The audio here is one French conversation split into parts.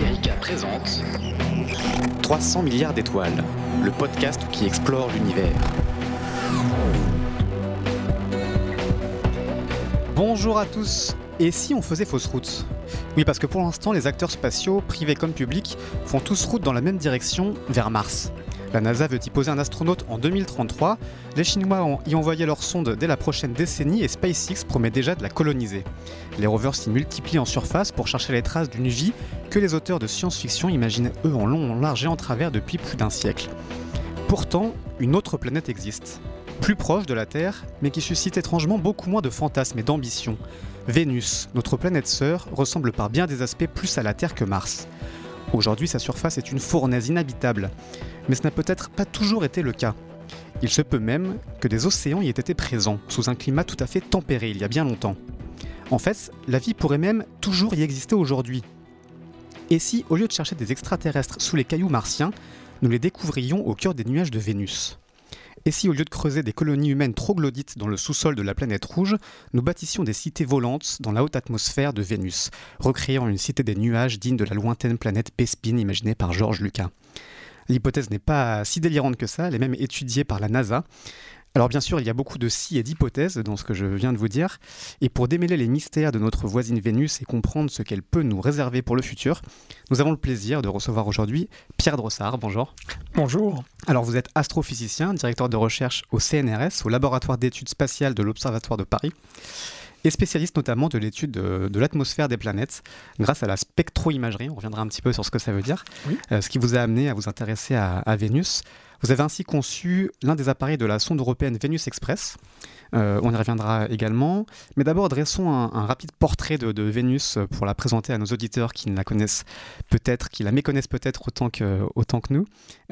Erika présente 300 milliards d'étoiles, le podcast qui explore l'univers. Bonjour à tous. Et si on faisait fausse route ? Oui, parce que pour l'instant, les acteurs spatiaux, privés comme publics, font tous route dans la même direction, vers Mars. La NASA veut y poser un astronaute en 2033, les Chinois ont y envoyé leur sonde dès la prochaine décennie et SpaceX promet déjà de la coloniser. Les rovers s'y multiplient en surface pour chercher les traces d'une vie que les auteurs de science-fiction imaginent eux en long, en large et en travers depuis plus d'un siècle. Pourtant, une autre planète existe, plus proche de la Terre, mais qui suscite étrangement beaucoup moins de fantasmes et d'ambition. Vénus, notre planète sœur, ressemble par bien des aspects plus à la Terre que Mars. Aujourd'hui, sa surface est une fournaise inhabitable, mais ce n'a peut-être pas toujours été le cas. Il se peut même que des océans y aient été présents, sous un climat tout à fait tempéré il y a bien longtemps. En fait, la vie pourrait même toujours y exister aujourd'hui. Et si, au lieu de chercher des extraterrestres sous les cailloux martiens, nous les découvrions au cœur des nuages de Vénus ? Et si, au lieu de creuser des colonies humaines troglodytes dans le sous-sol de la planète rouge, nous bâtissions des cités volantes dans la haute atmosphère de Vénus, recréant une cité des nuages digne de la lointaine planète Bespin imaginée par George Lucas ? L'hypothèse n'est pas si délirante que ça, elle est même étudiée par la NASA. Alors bien sûr, il y a beaucoup de si et d'hypothèses dans ce que je viens de vous dire, et pour démêler les mystères de notre voisine Vénus et comprendre ce qu'elle peut nous réserver pour le futur, nous avons le plaisir de recevoir aujourd'hui Pierre Drossard. Bonjour. Bonjour. Alors vous êtes astrophysicien, directeur de recherche au CNRS, au laboratoire d'études spatiales de l'Observatoire de Paris, et spécialiste notamment de l'étude de l'atmosphère des planètes grâce à la spectro-imagerie. On reviendra un petit peu sur ce que ça veut dire, oui. Ce qui vous a amené à vous intéresser à Vénus. Vous avez ainsi conçu l'un des appareils de la sonde européenne Vénus Express. On y reviendra également. Mais d'abord, dressons un rapide portrait de Vénus pour la présenter à nos auditeurs qui la connaissent peut-être, qui la méconnaissent peut-être autant que nous.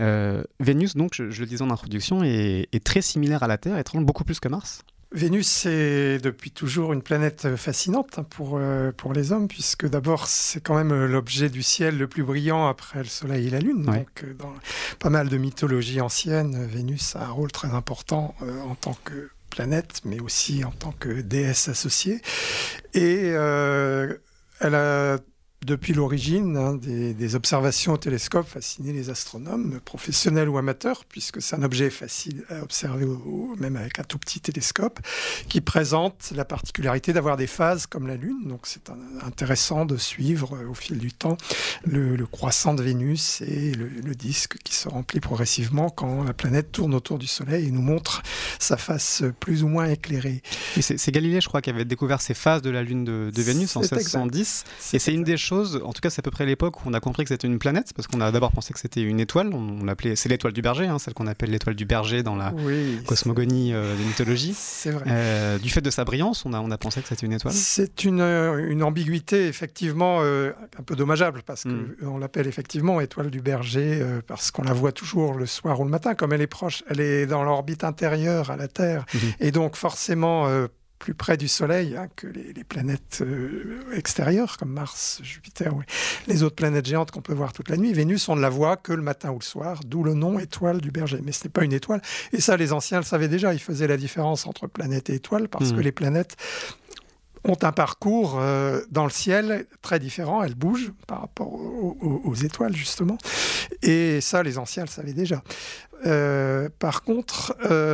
Vénus, donc, je le disais en introduction, est très similaire à la Terre, étrangement beaucoup plus que Mars. Vénus, c'est depuis toujours une planète fascinante pour les hommes, puisque d'abord, c'est quand même l'objet du ciel le plus brillant après le Soleil et la Lune. Ouais. Donc, dans pas mal de mythologies anciennes, Vénus a un rôle très important en tant que planète, mais aussi en tant que déesse associée. Et elle a, depuis l'origine, des observations au télescope fasciné les astronomes, professionnels ou amateurs, puisque c'est un objet facile à observer, même avec un tout petit télescope, qui présente la particularité d'avoir des phases comme la Lune. Donc c'est intéressant de suivre au fil du temps le croissant de Vénus et le disque qui se remplit progressivement quand la planète tourne autour du Soleil et nous montre sa face plus ou moins éclairée. Et c'est Galilée, je crois, qui avait découvert ces phases de la Lune de Vénus en 1610. Et c'est une des choses, en tout cas c'est à peu près l'époque où on a compris que c'était une planète, parce qu'on a d'abord pensé que c'était une étoile, on l'appelait, c'est l'étoile du berger, celle qu'on appelle l'étoile du berger dans la cosmogonie des mythologies. C'est vrai. Du fait de sa brillance, on a pensé que c'était une étoile. C'est une ambiguïté effectivement un peu dommageable, parce qu'on l'appelle effectivement étoile du berger, parce qu'on la voit toujours le soir ou le matin, comme elle est proche, elle est dans l'orbite intérieure à la Terre, et donc forcément plus près du Soleil que les planètes extérieures, comme Mars, Jupiter, ou les autres planètes géantes qu'on peut voir toute la nuit. Vénus, on ne la voit que le matin ou le soir, d'où le nom étoile du berger. Mais ce n'est pas une étoile. Et ça, les anciens le savaient déjà. Ils faisaient la différence entre planète et étoile, parce que les planètes ont un parcours dans le ciel très différent. Elles bougent par rapport aux étoiles, justement. Et ça, les anciens le savaient déjà. Par contre,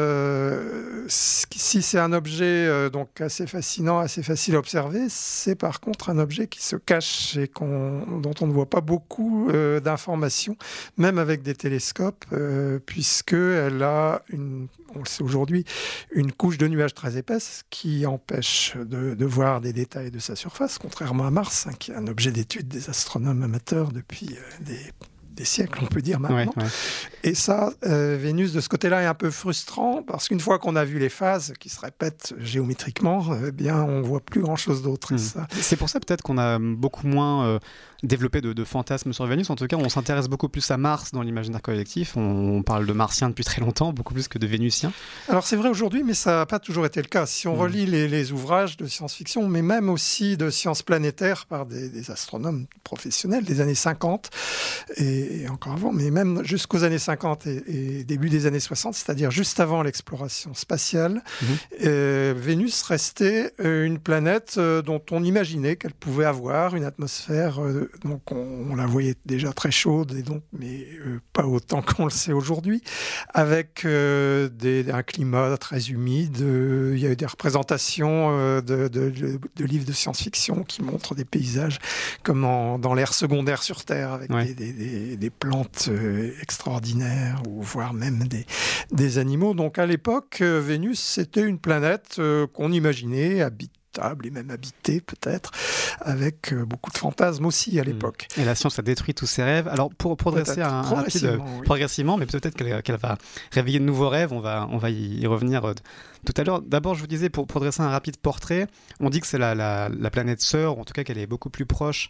si c'est un objet donc assez fascinant, assez facile à observer, c'est par contre un objet qui se cache et dont on ne voit pas beaucoup d'informations, même avec des télescopes, puisqu'elle a, on le sait aujourd'hui, une couche de nuages très épaisse qui empêche de voir des détails de sa surface, contrairement à Mars, qui est un objet d'étude des astronomes amateurs depuis des siècles, on peut dire maintenant. Ouais. Et ça, Vénus, de ce côté-là, est un peu frustrant, parce qu'une fois qu'on a vu les phases qui se répètent géométriquement, eh bien, on ne voit plus grand-chose d'autre. C'est pour ça peut-être qu'on a beaucoup moins développé de fantasmes sur Vénus. En tout cas, on s'intéresse beaucoup plus à Mars dans l'imaginaire collectif. On parle de Martiens depuis très longtemps, beaucoup plus que de Vénusiens. Alors c'est vrai aujourd'hui, mais ça n'a pas toujours été le cas. Si on relit les ouvrages de science-fiction, mais même aussi de sciences planétaires par des astronomes professionnels des années 50 et et encore avant, mais même jusqu'aux années 50 et début des années 60, c'est-à-dire juste avant l'exploration spatiale, Vénus restait une planète dont on imaginait qu'elle pouvait avoir une atmosphère, donc on la voyait déjà très chaude, et donc, mais pas autant qu'on le sait aujourd'hui, avec un climat très humide. Il y a eu des représentations de livres de science-fiction qui montrent des paysages comme dans l'ère secondaire sur Terre, avec des plantes extraordinaires, ou voire même des animaux. Donc à l'époque, Vénus, c'était une planète qu'on imaginait habitable et même habitée peut-être, avec beaucoup de fantasmes aussi à l'époque. Et la science a détruit tous ces rêves. Alors pour dresser un rapide, progressivement, mais peut-être qu'elle va réveiller de nouveaux rêves, on va y revenir tout à l'heure. D'abord, je vous disais, pour dresser un rapide portrait, on dit que c'est la planète sœur, ou en tout cas qu'elle est beaucoup plus proche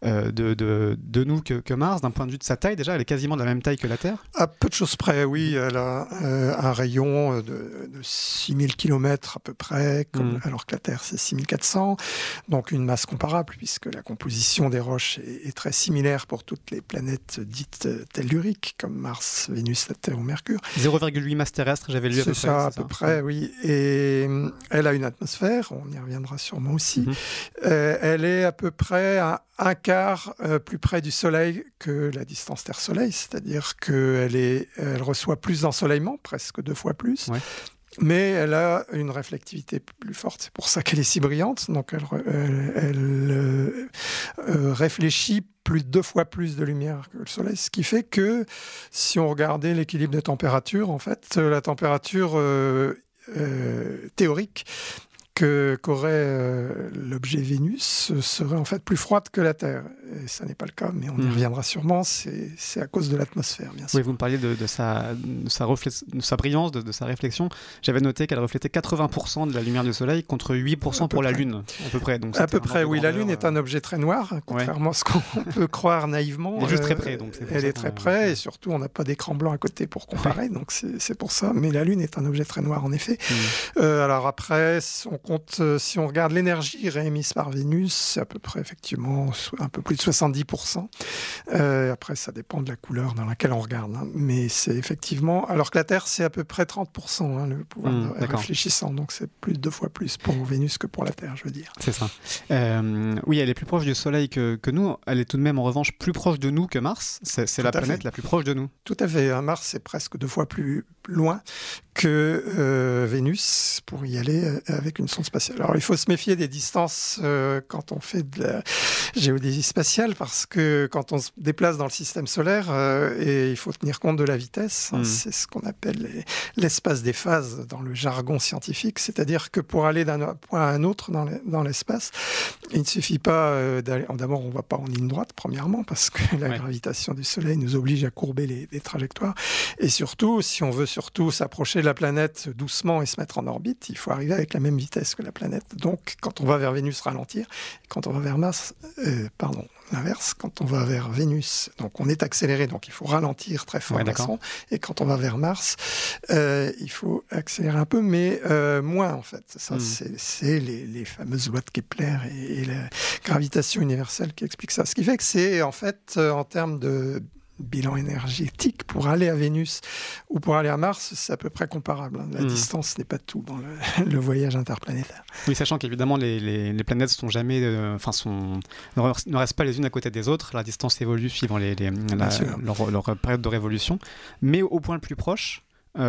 de nous que Mars, d'un point de vue de sa taille. Déjà, elle est quasiment de la même taille que la Terre. À peu de choses près, oui. Elle a un rayon de 6000 km à peu près, alors que la Terre, c'est 6400. Donc une masse comparable, puisque la composition des roches est très similaire pour toutes les planètes dites telluriques, comme Mars, Vénus, la Terre ou Mercure. 0,8 masse terrestre, j'avais lu à peu près. C'est ça, à peu près, oui. Et elle a une atmosphère, on y reviendra sûrement aussi. Elle est à peu près à un quart plus près du Soleil que la distance Terre-Soleil, c'est-à-dire qu'elle reçoit plus d'ensoleillement, presque 2 fois plus. Ouais. Mais elle a une réflectivité plus forte, c'est pour ça qu'elle est si brillante. Donc elle réfléchit plus de 2 fois plus de lumière que le Soleil, ce qui fait que si on regardait l'équilibre de température, en fait, la température théorique qu'aurait l'objet Vénus serait en fait plus froide que la Terre. Et ça n'est pas le cas, mais on y reviendra sûrement, c'est à cause de l'atmosphère, bien sûr. Oui, vous me parliez de sa brillance, de sa réflexion. J'avais noté qu'elle reflétait 80% de la lumière du Soleil contre 8% pour la Lune, à peu près. Donc, à peu près, oui. La Lune est un objet très noir, contrairement à ce qu'on peut croire naïvement. Elle est juste très près. Donc elle est très près, et surtout, on n'a pas d'écran blanc à côté pour comparer, donc c'est pour ça. Mais la Lune est un objet très noir, en effet. Alors après, on compte, si on regarde l'énergie réémise par Vénus, c'est à peu près, effectivement, un peu plus de 70%. Après, ça dépend de la couleur dans laquelle on regarde. Hein. Mais c'est effectivement... Alors que la Terre, c'est à peu près 30%, le pouvoir réfléchissant. Donc, c'est plus de 2 fois plus pour Vénus que pour la Terre, je veux dire. C'est ça. Oui, elle est plus proche du Soleil que nous. Elle est tout de même, en revanche, plus proche de nous que Mars. C'est la planète la plus proche de nous. Tout à fait. Mars, c'est presque 2 fois plus loin que Vénus pour y aller avec une sonde spatiale. Alors, il faut se méfier des distances quand on fait de la géodésie spatiale, parce que quand on se déplace dans le système solaire, et il faut tenir compte de la vitesse, c'est ce qu'on appelle l'espace des phases dans le jargon scientifique, c'est-à-dire que pour aller d'un point à un autre dans l'espace, il ne suffit pas d'aller... D'abord, on ne va pas en ligne droite, premièrement, parce que la gravitation du Soleil nous oblige à courber les trajectoires, et surtout, si on veut surtout s'approcher de la planète doucement et se mettre en orbite, il faut arriver avec la même vitesse que la planète. Donc, quand on va vers Vénus, ralentir, et quand on va vers Mars, l'inverse, quand on va vers Vénus, donc on est accéléré, donc il faut ralentir très fort et quand on va vers Mars, il faut accélérer un peu, mais moins en fait. Ça, c'est les fameuses lois de Kepler et la gravitation universelle qui expliquent ça. Ce qui fait que c'est en fait, en termes de bilan énergétique, pour aller à Vénus ou pour aller à Mars, c'est à peu près comparable. La distance n'est pas tout dans le voyage interplanétaire. Oui, sachant qu'évidemment, les planètes sont jamais, ne restent pas les unes à côté des autres. La distance évolue suivant leur période de révolution. Mais au point le plus proche,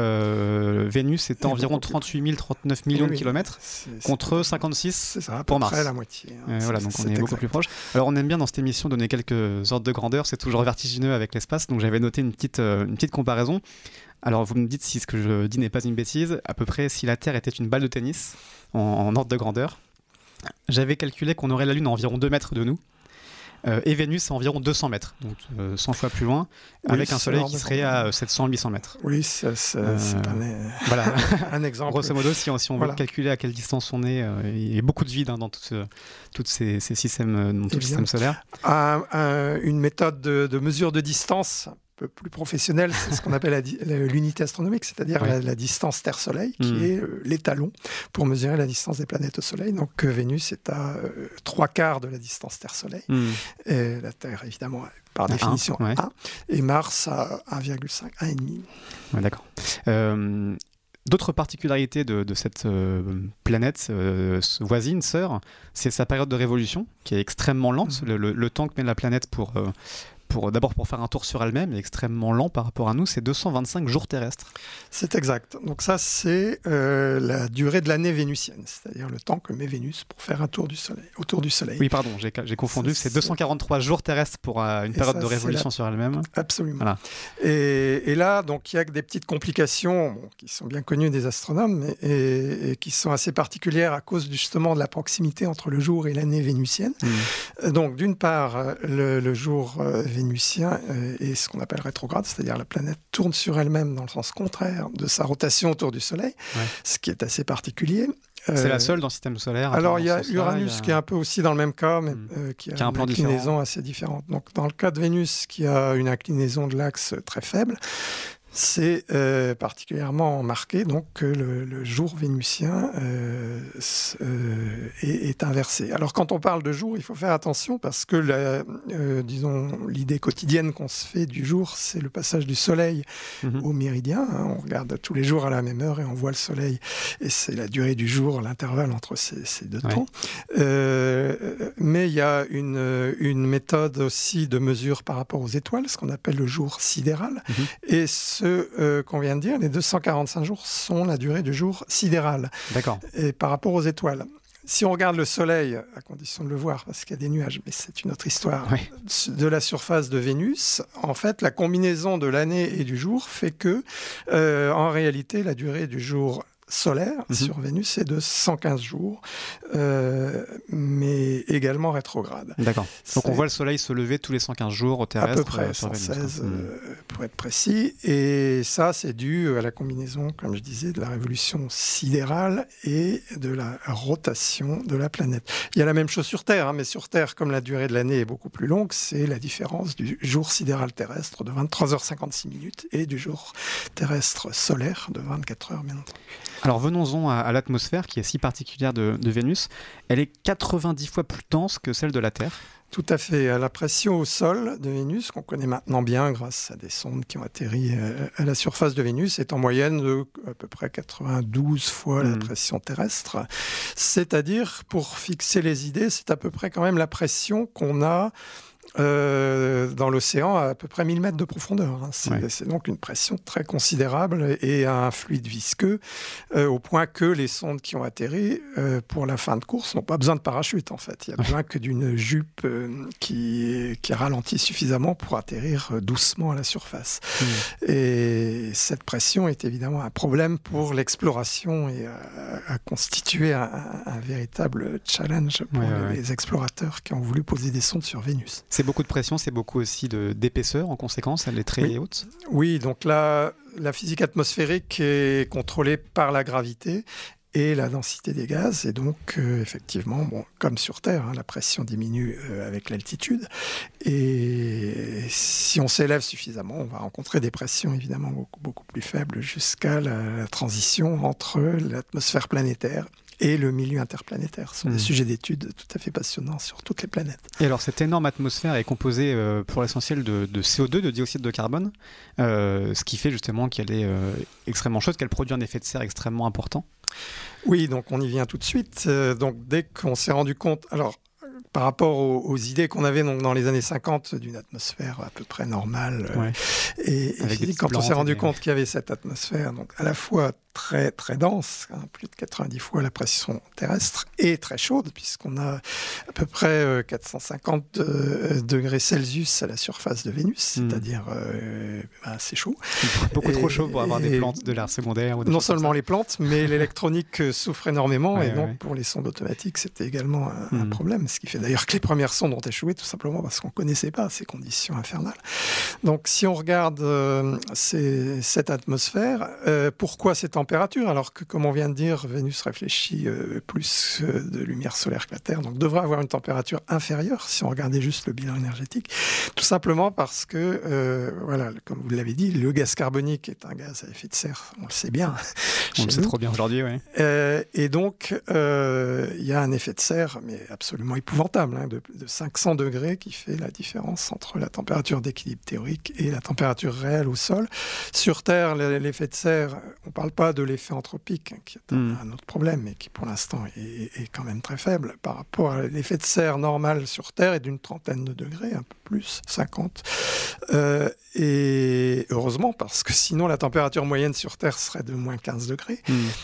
Vénus est à environ 38 000, 39 millions de kilomètres contre 56 pour Mars. C'est la moitié. Voilà, donc on est beaucoup plus proche. Alors on aime bien dans cette émission donner quelques ordres de grandeur, c'est toujours vertigineux avec l'espace, donc j'avais noté une petite comparaison. Alors vous me dites si ce que je dis n'est pas une bêtise, à peu près si la Terre était une balle de tennis en ordre de grandeur, j'avais calculé qu'on aurait la Lune à environ 2 mètres de nous. Et Vénus à environ 200 mètres, donc 100 fois plus loin, avec un Soleil qui serait à 700-800 mètres. Oui, c'est voilà. un exemple. Grosso modo, si on veut calculer à quelle distance on est, il y a beaucoup de vide dans tous ces systèmes, dans tout le système solaire. Une méthode de mesure de distance peu plus professionnel, c'est ce qu'on appelle l'unité astronomique, c'est-à-dire la distance Terre-Soleil, qui est l'étalon pour mesurer la distance des planètes au Soleil. Donc Vénus est à 3/4 de la distance Terre-Soleil. Et la Terre, évidemment, par définition 1. Et Mars à 1,5, 1,5. Ouais, d'accord. D'autres particularités de cette planète voisine, sœur, c'est sa période de révolution, qui est extrêmement lente. Le temps que met la planète pour faire un tour sur elle-même est extrêmement lent par rapport à nous, c'est 225 jours terrestres. C'est exact. Donc ça, c'est la durée de l'année vénusienne, c'est-à-dire le temps que met Vénus pour faire un tour autour du Soleil. Oui, pardon, j'ai confondu, c'est 243 jours terrestres pour une période de révolution sur elle-même. Absolument. Voilà. Et là, donc, il y a des petites complications qui sont bien connues des astronomes et qui sont assez particulières à cause justement de la proximité entre le jour et l'année vénusienne. Donc, d'une part, le jour vénusien est ce qu'on appelle rétrograde, c'est-à-dire la planète tourne sur elle-même dans le sens contraire de sa rotation autour du Soleil, ce qui est assez particulier. C'est la seule dans le système solaire. Alors, il y a Uranus qui est un peu aussi dans le même cas, mais qui a une inclinaison assez différente. Donc, dans le cas de Vénus, qui a une inclinaison de l'axe très faible, c'est particulièrement marqué donc, que le jour vénusien est inversé. Alors quand on parle de jour, il faut faire attention parce que l'idée quotidienne qu'on se fait du jour, c'est le passage du soleil au méridien. On regarde tous les jours à la même heure et on voit le soleil. Et c'est la durée du jour, l'intervalle entre ces deux temps. Mais il y a une méthode aussi de mesure par rapport aux étoiles, ce qu'on appelle le jour sidéral. Et qu'on vient de dire, les 245 jours sont la durée du jour sidéral. D'accord. Et par rapport aux étoiles. Si on regarde le Soleil, à condition de le voir, parce qu'il y a des nuages, mais c'est une autre histoire, de la surface de Vénus, en fait, la combinaison de l'année et du jour fait que, en réalité, la durée du jour solaire sur Vénus est de 115 jours, mais également rétrograde. D'accord. Donc on voit le soleil se lever tous les 115 jours au terrestre. À peu près, sur 116 pour être précis. Et ça, c'est dû à la combinaison, comme je disais, de la révolution sidérale et de la rotation de la planète. Il y a la même chose sur Terre, mais sur Terre, comme la durée de l'année est beaucoup plus longue, c'est la différence du jour sidéral terrestre de 23h56 minutes et du jour terrestre solaire de 24 heures, bien entendu. Alors venons-en à l'atmosphère qui est si particulière de Vénus. Elle est 90 fois plus dense que celle de la Terre. Tout à fait. La pression au sol de Vénus, qu'on connaît maintenant bien grâce à des sondes qui ont atterri à la surface de Vénus, est en moyenne de à peu près 92 fois la pression terrestre. C'est-à-dire, pour fixer les idées, c'est à peu près quand même la pression qu'on a dans l'océan à peu près 1000 mètres de profondeur. C'est donc une pression très considérable et un fluide visqueux au point que les sondes qui ont atterri pour la fin de course n'ont pas besoin de parachute en fait. Il n'y a besoin que d'une jupe qui ralentit suffisamment pour atterrir doucement à la surface. Et cette pression est évidemment un problème pour l'exploration et a constitué un véritable challenge pour les explorateurs qui ont voulu poser des sondes sur Vénus. C'est beaucoup de pression, c'est beaucoup aussi d'épaisseur en conséquence, elle est très haute. Oui, donc la physique atmosphérique est contrôlée par la gravité et la densité des gaz. Et donc, effectivement, comme sur Terre, la pression diminue avec l'altitude. Et si on s'élève suffisamment, on va rencontrer des pressions évidemment beaucoup plus faibles jusqu'à la transition entre l'atmosphère planétaire et le milieu interplanétaire. Ce sont des sujets d'études tout à fait passionnants sur toutes les planètes. Et alors, cette énorme atmosphère est composée pour l'essentiel de CO2, de dioxyde de carbone, ce qui fait justement qu'elle est extrêmement chaude, qu'elle produit un effet de serre extrêmement important. Oui, donc on y vient tout de suite. Donc dès qu'on s'est rendu compte... Alors, par rapport aux idées qu'on avait donc, dans les années 50 d'une atmosphère à peu près normale. Et quand on s'est rendu compte qu'il y avait cette atmosphère, donc à la fois très, très dense, plus de 90 fois la pression terrestre, et très chaude, puisqu'on a à peu près 450 degrés Celsius à la surface de Vénus, c'est-à-dire c'est chaud. Beaucoup trop chaud pour avoir des plantes de l'air secondaire. Ou non seulement les plantes, mais l'électronique souffre énormément, et donc pour les sondes automatiques, c'était également un problème, ce qui fait d'ailleurs que les premières sondes ont échoué, tout simplement parce qu'on ne connaissait pas ces conditions infernales. Donc si on regarde cette atmosphère, pourquoi c'est en température, alors que, comme on vient de dire, Vénus réfléchit plus de lumière solaire que la Terre, donc devrait avoir une température inférieure si on regardait juste le bilan énergétique, tout simplement parce que, voilà, comme vous l'avez dit, le gaz carbonique est un gaz à effet de serre, on le sait bien. On le sait trop bien aujourd'hui, oui. Et donc, il y a un effet de serre, mais absolument épouvantable, de 500 degrés, qui fait la différence entre la température d'équilibre théorique et la température réelle au sol. Sur Terre, l'effet de serre, on ne parle pas de l'effet anthropique, qui est un autre problème, mais qui pour l'instant est quand même très faible par rapport à l'effet de serre normal sur Terre, est d'une trentaine de degrés, un peu plus, 50. Et heureusement, parce que sinon la température moyenne sur Terre serait de moins 15 degrés.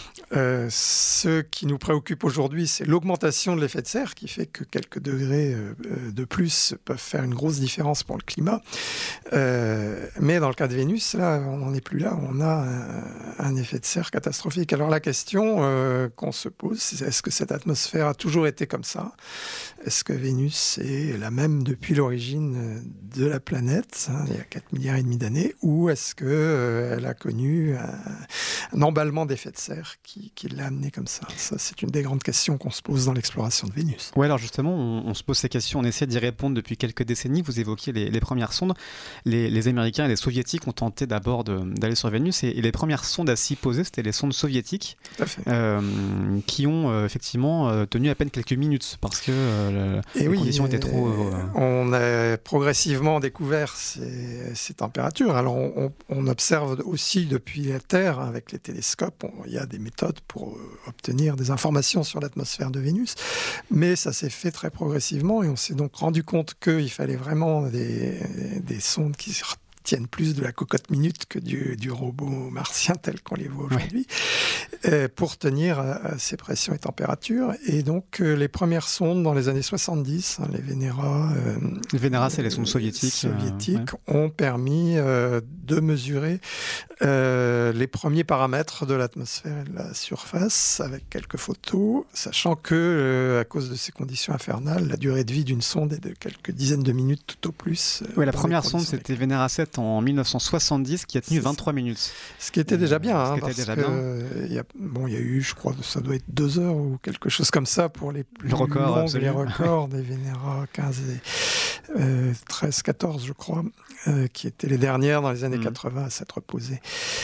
Ce qui nous préoccupe aujourd'hui, c'est l'augmentation de l'effet de serre, qui fait que quelques degrés de plus peuvent faire une grosse différence pour le climat. Mais dans le cas de Vénus, là, on n'en est plus là. On a un effet de serre catastrophique. Alors la question qu'on se pose, c'est est-ce que cette atmosphère a toujours été comme ça ? Est-ce que Vénus est la même depuis l'origine de la planète, il y a 4,5 milliards d'années, ou est-ce qu'elle a connu un emballement d'effet de serre qui l'a amené comme ça ? Ça, c'est une des grandes questions qu'on se pose dans l'exploration de Vénus. Oui, alors justement, on se pose ces questions, on essaie d'y répondre depuis quelques décennies. Vous évoquiez les premières sondes. Les Américains et les Soviétiques ont tenté d'abord d'aller sur Vénus, et les premières sondes à s'y poser, c'était les sondes soviétiques, qui ont effectivement tenu à peine quelques minutes, parce que les conditions étaient trop... On a progressivement découvert ces températures. Alors on observe aussi depuis la Terre, avec les télescopes, il y a des méthodes pour obtenir des informations sur l'atmosphère de Vénus, mais ça s'est fait très progressivement, et on s'est donc rendu compte qu'il fallait vraiment des sondes qui tiennent plus de la cocotte minute que du robot martien tel qu'on les voit aujourd'hui, pour tenir à ces pressions et températures. Et donc, les premières sondes dans les années 70, les Venera... les Venera, c'est les sondes soviétiques. Ont permis de mesurer les premiers paramètres de l'atmosphère et de la surface, avec quelques photos, sachant que, à cause de ces conditions infernales, la durée de vie d'une sonde est de quelques dizaines de minutes tout au plus. Oui, la première sonde, c'était Venera 7 en 1970, qui a tenu 23 minutes. Ce qui était déjà bien, il y a eu, je crois, ça doit être 2 heures ou quelque chose comme ça pour les plus longues, les records des Venera 15 et 13, 14, je crois, qui étaient les dernières dans les années 80 à s'être posées.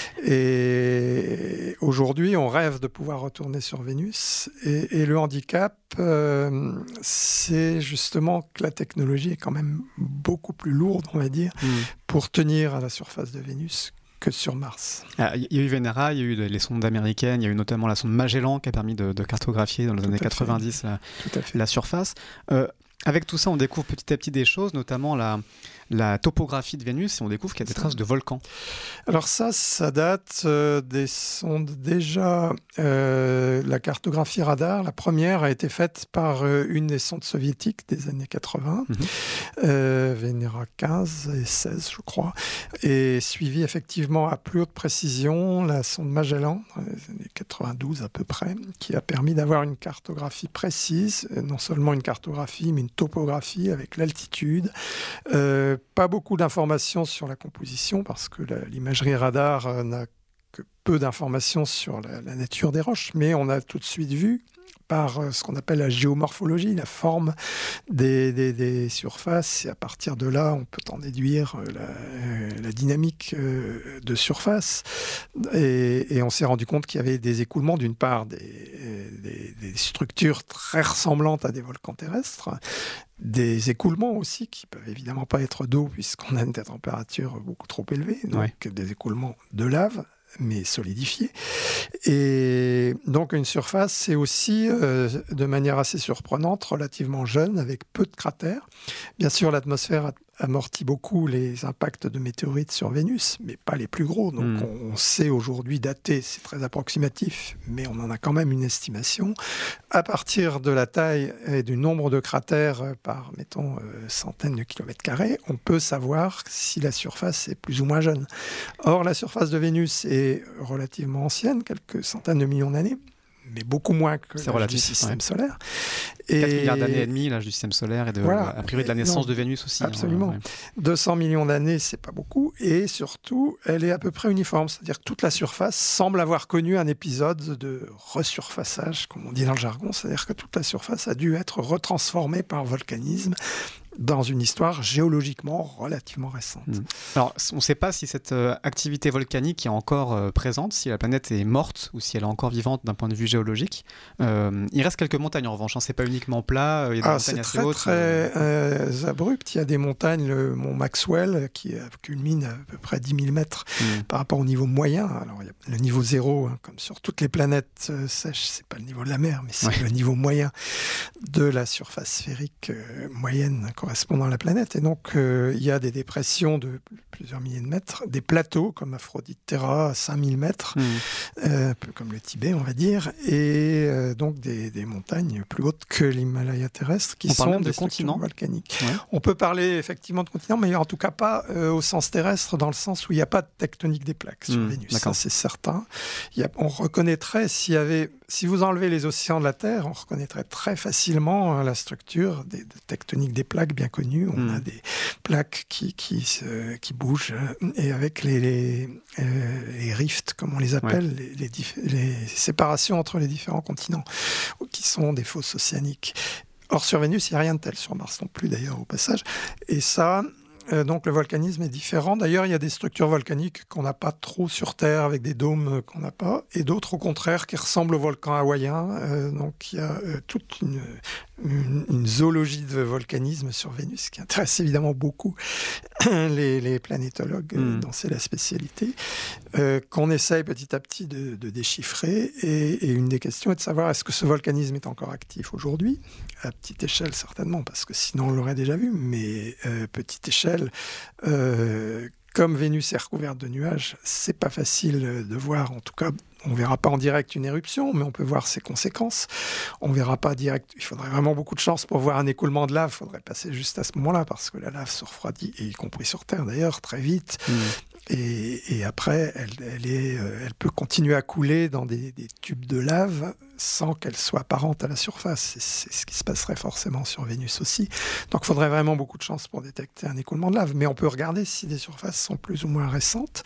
Et aujourd'hui, on rêve de pouvoir retourner sur Vénus. Et le handicap, c'est justement que la technologie est quand même beaucoup plus lourde, on va dire, pour tenir à la surface de Vénus que sur Mars. Il y a eu Venera, il y a eu les sondes américaines, il y a eu notamment la sonde Magellan qui a permis de cartographier dans les années 90 la surface. Avec tout ça, on découvre petit à petit des choses, notamment la topographie de Vénus, et on découvre qu'il y a des traces de volcans. Alors ça date des sondes déjà. La cartographie radar, la première, a été faite par une des sondes soviétiques des années 80, Venera 15 et 16, je crois, et suivie effectivement à plus haute précision la sonde Magellan, dans les années 92 à peu près, qui a permis d'avoir une cartographie précise, non seulement une cartographie, mais une topographie avec l'altitude. Pas beaucoup d'informations sur la composition, parce que l'imagerie radar n'a que peu d'informations sur la nature des roches, mais on a tout de suite vu, par ce qu'on appelle la géomorphologie, la forme des surfaces, et à partir de là, on peut en déduire la dynamique de surface. Et on s'est rendu compte qu'il y avait des écoulements, d'une part des structures très ressemblantes à des volcans terrestres, des écoulements aussi, qui peuvent évidemment pas être d'eau, puisqu'on a une température beaucoup trop élevée, donc des écoulements de lave, mais solidifié. Et donc une surface, c'est aussi, de manière assez surprenante, relativement jeune, avec peu de cratères. Bien sûr, l'atmosphère amortit beaucoup les impacts de météorites sur Vénus, mais pas les plus gros. Donc on sait aujourd'hui dater, c'est très approximatif, mais on en a quand même une estimation. À partir de la taille et du nombre de cratères par, mettons, centaines de kilomètres carrés, on peut savoir si la surface est plus ou moins jeune. Or, la surface de Vénus est relativement ancienne, quelques centaines de millions d'années, mais beaucoup moins que l'âge du système solaire. 4 milliards d'années et demi, l'âge du système solaire, et a priori de la naissance de Vénus aussi. Absolument. 200 millions d'années, c'est pas beaucoup, et surtout, elle est à peu près uniforme, c'est-à-dire que toute la surface semble avoir connu un épisode de resurfaçage, comme on dit dans le jargon, c'est-à-dire que toute la surface a dû être retransformée par volcanisme dans une histoire géologiquement relativement récente. Alors, on ne sait pas si cette activité volcanique est encore présente, si la planète est morte ou si elle est encore vivante d'un point de vue géologique. Il reste quelques montagnes en revanche, c'est pas uniquement plat, il y a des montagnes assez hautes. C'est très abrupt, il y a des montagnes, le mont Maxwell, qui culmine à peu près 10 000 mètres par rapport au niveau moyen. Alors, il y a le niveau zéro, comme sur toutes les planètes sèches, c'est pas le niveau de la mer, mais c'est le niveau moyen de la surface sphérique moyenne correspondant à la planète. Et donc, il y a des dépressions de plusieurs milliers de mètres, des plateaux comme Aphrodite Terra à 5000 mètres, un peu comme le Tibet, on va dire, et donc des montagnes plus hautes que l'Himalaya terrestre qui sont des continents volcaniques. Ouais. On peut parler effectivement de continents, mais en tout cas pas au sens terrestre, dans le sens où il n'y a pas de tectonique des plaques sur Vénus. Ça, c'est certain. On reconnaîtrait, si vous enlevez les océans de la Terre, on reconnaîtrait très facilement la structure des tectoniques des plaques bien connues. On a des plaques qui bougent, et avec les rifts, comme on les appelle, les séparations entre les différents continents, qui sont des fosses océaniques. Or, sur Vénus, il n'y a rien de tel, sur Mars non plus d'ailleurs, au passage. Et ça... donc le volcanisme est différent. D'ailleurs, il y a des structures volcaniques qu'on n'a pas trop sur Terre, avec des dômes qu'on n'a pas, et d'autres au contraire qui ressemblent au volcan hawaïen. Donc il y a toute une zoologie de volcanisme sur Vénus qui intéresse évidemment beaucoup les planétologues, dont c'est la spécialité, qu'on essaye petit à petit de déchiffrer. Et une des questions est de savoir, est-ce que ce volcanisme est encore actif aujourd'hui ? À petite échelle certainement, parce que sinon on l'aurait déjà vu, mais petite échelle, comme Vénus est recouverte de nuages, c'est pas facile de voir, en tout cas. On ne verra pas en direct une éruption, mais on peut voir ses conséquences. On ne verra pas direct. Il faudrait vraiment beaucoup de chance pour voir un écoulement de lave. Il faudrait passer juste à ce moment-là, parce que la lave se refroidit, y compris sur Terre d'ailleurs, très vite. Et après, elle peut continuer à couler dans des tubes de lave sans qu'elle soit apparente à la surface. C'est ce qui se passerait forcément sur Vénus aussi. Donc il faudrait vraiment beaucoup de chance pour détecter un écoulement de lave. Mais on peut regarder si des surfaces sont plus ou moins récentes.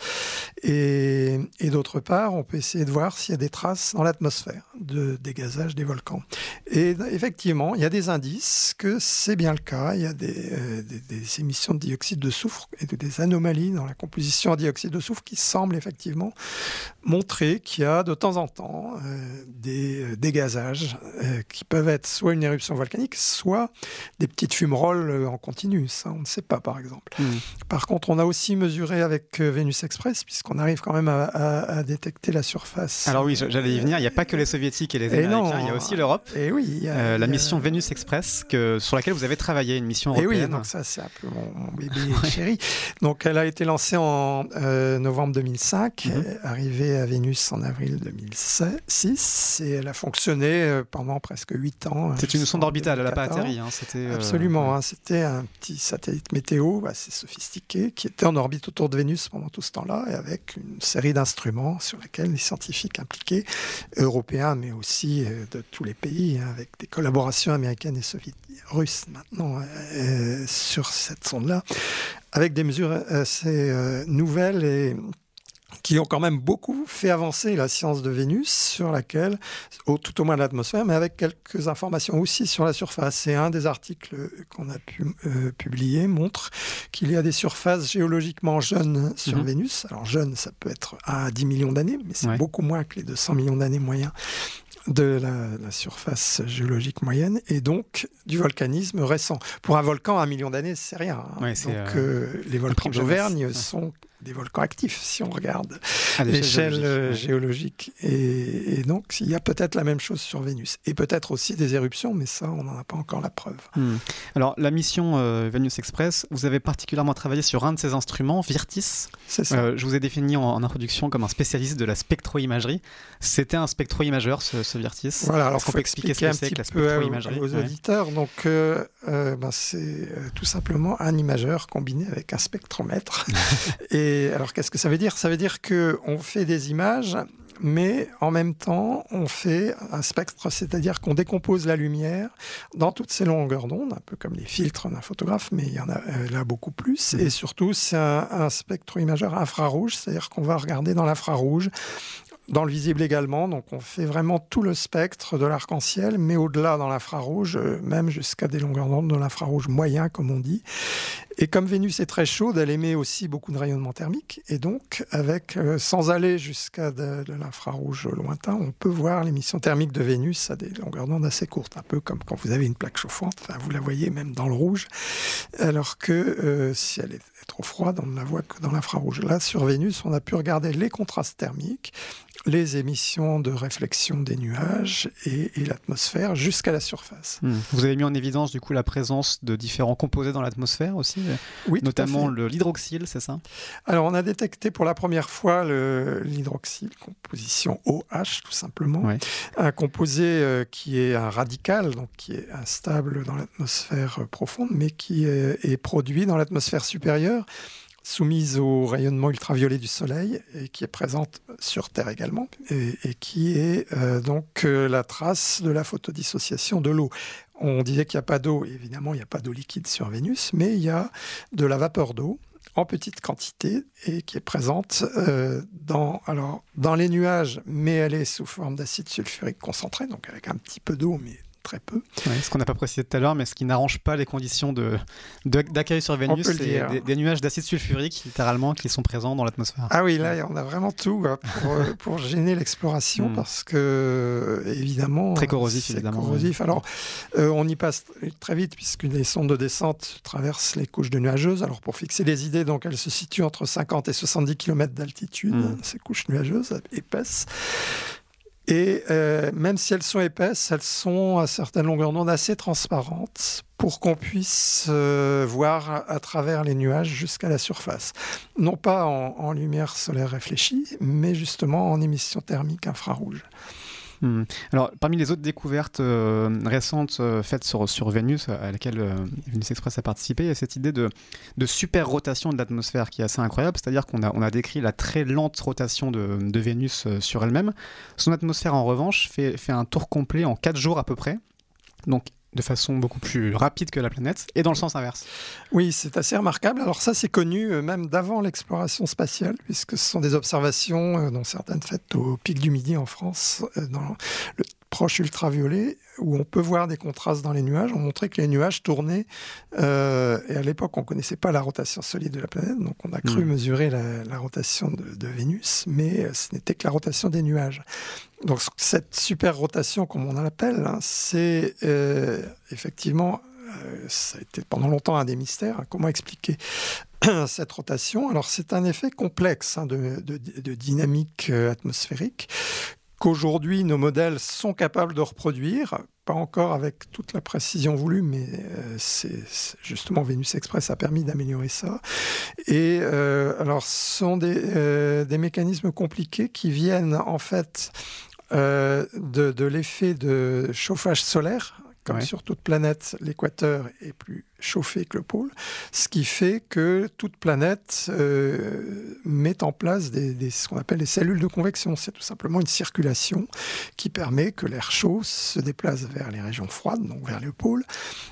Et d'autre part, on peut essayer de voir s'il y a des traces dans l'atmosphère de dégazage des volcans. Et effectivement, il y a des indices que c'est bien le cas. Il y a des émissions de dioxyde de soufre et des anomalies dans la composition en dioxyde de soufre qui semblent effectivement montrer qu'il y a de temps en temps des dégazages qui peuvent être soit une éruption volcanique, soit des petites fumerolles en continu. Ça, on ne sait pas, par exemple. Par contre, on a aussi mesuré avec Vénus Express, puisqu'on arrive quand même à détecter la surface. Alors oui, j'allais y venir. Il n'y a pas que les soviétiques et les Américains, il y a aussi l'Europe. Et oui, la mission Vénus Express, sur laquelle vous avez travaillé, une mission européenne. Et oui, donc ça, c'est un peu mon bébé chéri. Donc, elle a été lancée en novembre 2005, arrivée à Vénus en avril 2006, et elle a fonctionné pendant presque 8 ans. C'est une sonde orbitale, elle n'a pas atterri. Absolument, c'était un petit satellite météo assez sophistiqué qui était en orbite autour de Vénus pendant tout ce temps-là, et avec une série d'instruments sur lesquels les scientifiques impliqués, européens, mais aussi de tous les pays, avec des collaborations américaines et russes maintenant sur cette sonde-là, avec des mesures assez nouvelles et qui ont quand même beaucoup fait avancer la science de Vénus, sur laquelle, tout au moins l'atmosphère, mais avec quelques informations aussi sur la surface. Et un des articles qu'on a pu publier montre qu'il y a des surfaces géologiquement jeunes sur Vénus. Alors jeunes, ça peut être 1 à 10 millions d'années, mais c'est beaucoup moins que les 200 millions d'années moyens de la surface géologique moyenne, et donc du volcanisme récent. Pour un volcan, 1 million d'années, c'est rien. Donc les volcans d'Auvergne sont des volcans actifs, si on regarde à l'échelle géologique. Et donc, il y a peut-être la même chose sur Vénus. Et peut-être aussi des éruptions, mais ça, on n'en a pas encore la preuve. Alors, la mission Vénus Express, vous avez particulièrement travaillé sur un de ces instruments, Virtis. C'est ça. Je vous ai défini en introduction comme un spécialiste de la spectro-imagerie. C'était un spectro-imageur, ce Virtis. Voilà, alors est-ce qu'on peut expliquer ce que c'est que la spectro-imagerie aux auditeurs. Donc, c'est tout simplement un imageur combiné avec un spectromètre. Et alors, qu'est-ce que ça veut dire ? Ça veut dire qu'on fait des images mais en même temps, on fait un spectre, c'est-à-dire qu'on décompose la lumière dans toutes ses longueurs d'onde, un peu comme les filtres d'un photographe, mais il y en a là beaucoup plus. Et surtout, c'est un spectro-imageur infrarouge, c'est-à-dire qu'on va regarder dans l'infrarouge, dans le visible également, donc on fait vraiment tout le spectre de l'arc-en-ciel, mais au-delà dans l'infrarouge, même jusqu'à des longueurs d'onde de l'infrarouge moyen, comme on dit. Et comme Vénus est très chaude, elle émet aussi beaucoup de rayonnement thermique, et donc, sans aller jusqu'à de l'infrarouge lointain, on peut voir l'émission thermique de Vénus à des longueurs d'onde assez courtes, un peu comme quand vous avez une plaque chauffante, enfin, vous la voyez même dans le rouge, alors que si elle est trop froide, on ne la voit que dans l'infrarouge. Là, sur Vénus, on a pu regarder les contrastes thermiques, les émissions de réflexion des nuages et l'atmosphère jusqu'à la surface. Vous avez mis en évidence du coup la présence de différents composés dans l'atmosphère aussi, oui, notamment l'hydroxyle, c'est ça? Alors on a détecté pour la première fois l'hydroxyle, composition OH tout simplement, ouais. Un composé qui est un radical, donc qui est instable dans l'atmosphère profonde, mais qui est produit dans l'atmosphère supérieure, soumise au rayonnement ultraviolet du Soleil et qui est présente sur Terre également et qui est la trace de la photodissociation de l'eau. On disait qu'il n'y a pas d'eau, évidemment il n'y a pas d'eau liquide sur Vénus, mais il y a de la vapeur d'eau en petite quantité et qui est présente dans les nuages, mais elle est sous forme d'acide sulfurique concentré, donc avec un petit peu d'eau, mais très peu. Ouais, ce qu'on n'a pas précisé tout à l'heure, mais ce qui n'arrange pas les conditions d'accueil sur Vénus, c'est des nuages d'acide sulfurique, littéralement, qui sont présents dans l'atmosphère. Ah oui, là, on a vraiment tout pour gêner l'exploration, parce que, évidemment... Très corrosif, évidemment. Corrosif. Ouais. Alors, on y passe très vite, puisque les sondes de descente traversent les couches de nuageuses. Alors, pour fixer les idées, donc, elles se situent entre 50 et 70 km d'altitude, ces couches nuageuses épaisses. Et même si elles sont épaisses, elles sont à certaines longueurs d'onde assez transparentes pour qu'on puisse voir à travers les nuages jusqu'à la surface. Non pas en lumière solaire réfléchie, mais justement en émission thermique infrarouge. Alors, parmi les autres découvertes récentes faites sur Vénus, à laquelle Vénus Express a participé, il y a cette idée de super rotation de l'atmosphère qui est assez incroyable, c'est-à-dire qu'on a décrit la très lente rotation de Vénus sur elle-même. Son atmosphère, en revanche, fait un tour complet en 4 jours à peu près, donc de façon beaucoup plus rapide que la planète, et dans le sens inverse. Oui, c'est assez remarquable. Alors ça, c'est connu même d'avant l'exploration spatiale, puisque ce sont des observations, dont certaines faites au pic du Midi en France, dans le proche ultraviolet, où on peut voir des contrastes dans les nuages. On montrait que les nuages tournaient, et à l'époque, on ne connaissait pas la rotation solide de la planète, donc on a cru mesurer la rotation de Vénus, mais ce n'était que la rotation des nuages. Donc cette super rotation, comme on l'appelle, c'est effectivement, ça a été pendant longtemps un des mystères. Comment expliquer cette rotation? Alors c'est un effet complexe de dynamique atmosphérique qu'aujourd'hui nos modèles sont capables de reproduire, pas encore avec toute la précision voulue, mais justement Vénus Express a permis d'améliorer ça. Et alors ce sont des mécanismes compliqués qui viennent en fait de l'effet de chauffage solaire. Comme sur toute planète, l'équateur est plus chauffé que le pôle, ce qui fait que toute planète met en place ce qu'on appelle les cellules de convection. C'est tout simplement une circulation qui permet que l'air chaud se déplace vers les régions froides, donc vers le pôle.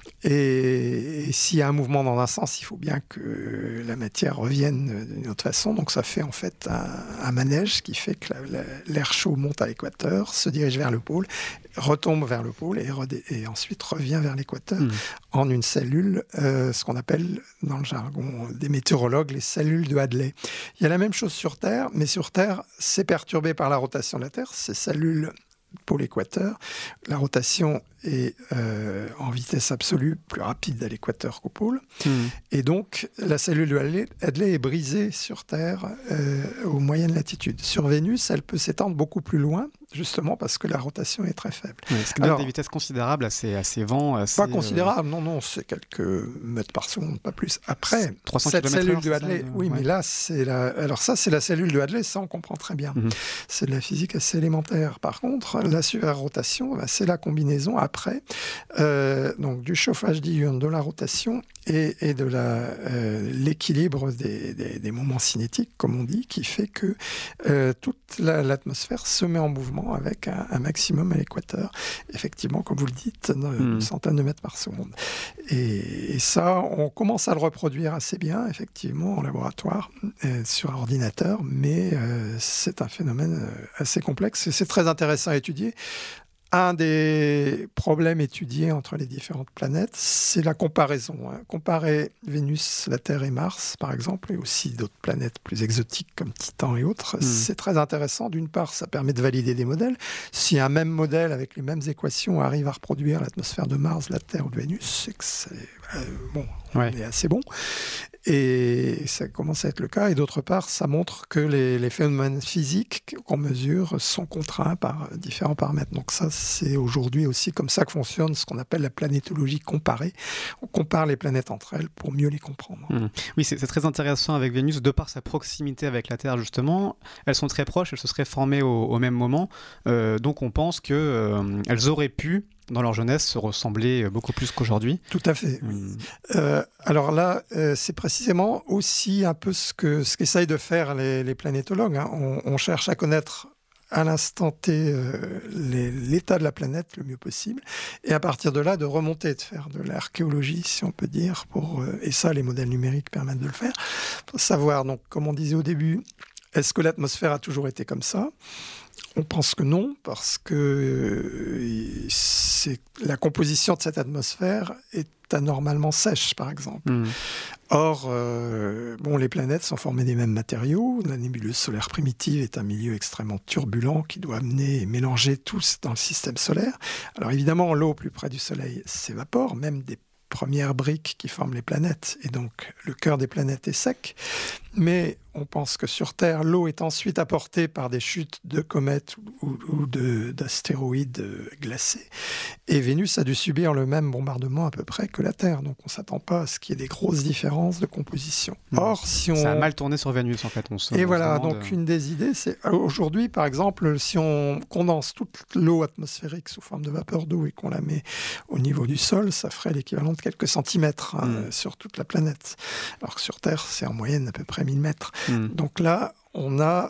Et s'il y a un mouvement dans un sens, il faut bien que la matière revienne d'une autre façon. Donc ça fait en fait un manège qui fait que l'air chaud monte à l'équateur, se dirige vers le pôle, retombe vers le pôle et ensuite revient vers l'équateur en une cellule, ce qu'on appelle dans le jargon des météorologues les cellules de Hadley. Il y a la même chose sur Terre, mais sur Terre, c'est perturbé par la rotation de la Terre. Ces cellules pôle équateur, la rotation est en vitesse absolue plus rapide à l'équateur qu'au pôle. Et donc, la cellule de Hadley est brisée sur Terre aux moyennes latitudes. Sur Vénus, elle peut s'étendre beaucoup plus loin, justement parce que la rotation est très faible. Oui, ce qui donne des vitesses considérables à ces vents. Pas considérables, non, c'est quelques mètres par seconde, pas plus. Après, 300 cette cellule de ça, Hadley, mais là, alors ça, c'est la cellule de Hadley, ça on comprend très bien. C'est de la physique assez élémentaire. Par contre, la superrotation, c'est la combinaison à après, donc du chauffage diurne, de la rotation et de l'équilibre des moments cinétiques, comme on dit, qui fait que toute l'atmosphère se met en mouvement avec un maximum à l'équateur, effectivement, comme vous le dites, une centaine de mètres par seconde. Et ça, on commence à le reproduire assez bien, effectivement, en laboratoire, sur ordinateur, mais c'est un phénomène assez complexe et c'est très intéressant à étudier. Un des problèmes étudiés entre les différentes planètes, c'est la comparaison. Comparer Vénus, la Terre et Mars, par exemple, et aussi d'autres planètes plus exotiques comme Titan et autres, c'est très intéressant. D'une part, ça permet de valider des modèles. Si un même modèle avec les mêmes équations arrive à reproduire l'atmosphère de Mars, la Terre ou de Vénus, c'est que c'est on est assez bon. Et ça commence à être le cas. Et d'autre part, ça montre que les phénomènes physiques qu'on mesure sont contraints par différents paramètres. Donc ça, c'est aujourd'hui aussi comme ça que fonctionne ce qu'on appelle la planétologie comparée. On compare les planètes entre elles pour mieux les comprendre. Oui, c'est très intéressant avec Vénus, de par sa proximité avec la Terre, justement. Elles sont très proches, elles se seraient formées au même moment. Donc on pense qu'elles auraient pu, dans leur jeunesse, se ressembler beaucoup plus qu'aujourd'hui. Tout à fait. Alors là, c'est précisément aussi un peu ce qu'essayent de faire les planétologues. On cherche à connaître à l'instant T l'état de la planète le mieux possible, et à partir de là, de remonter, de faire de l'archéologie, si on peut dire, et ça, les modèles numériques permettent de le faire, pour savoir, donc, comme on disait au début, est-ce que l'atmosphère a toujours été comme ça ? On pense que non, parce que la composition de cette atmosphère est anormalement sèche, par exemple. Or, les planètes sont formées des mêmes matériaux. La nébuleuse solaire primitive est un milieu extrêmement turbulent qui doit amener et mélanger tous dans le système solaire. Alors évidemment, l'eau plus près du Soleil s'évapore, même des premières briques qui forment les planètes, et donc le cœur des planètes est sec. Mais on pense que sur Terre, l'eau est ensuite apportée par des chutes de comètes ou d'astéroïdes glacés. Et Vénus a dû subir le même bombardement à peu près que la Terre. Donc on ne s'attend pas à ce qu'il y ait des grosses différences de composition. Or, Ça a mal tourné sur Vénus, en fait. Donc une des idées, c'est aujourd'hui, par exemple, si on condense toute l'eau atmosphérique sous forme de vapeur d'eau et qu'on la met au niveau du sol, ça ferait l'équivalent de quelques centimètres sur toute la planète. Alors que sur Terre, c'est en moyenne à peu près 1000 mètres. Donc là, on a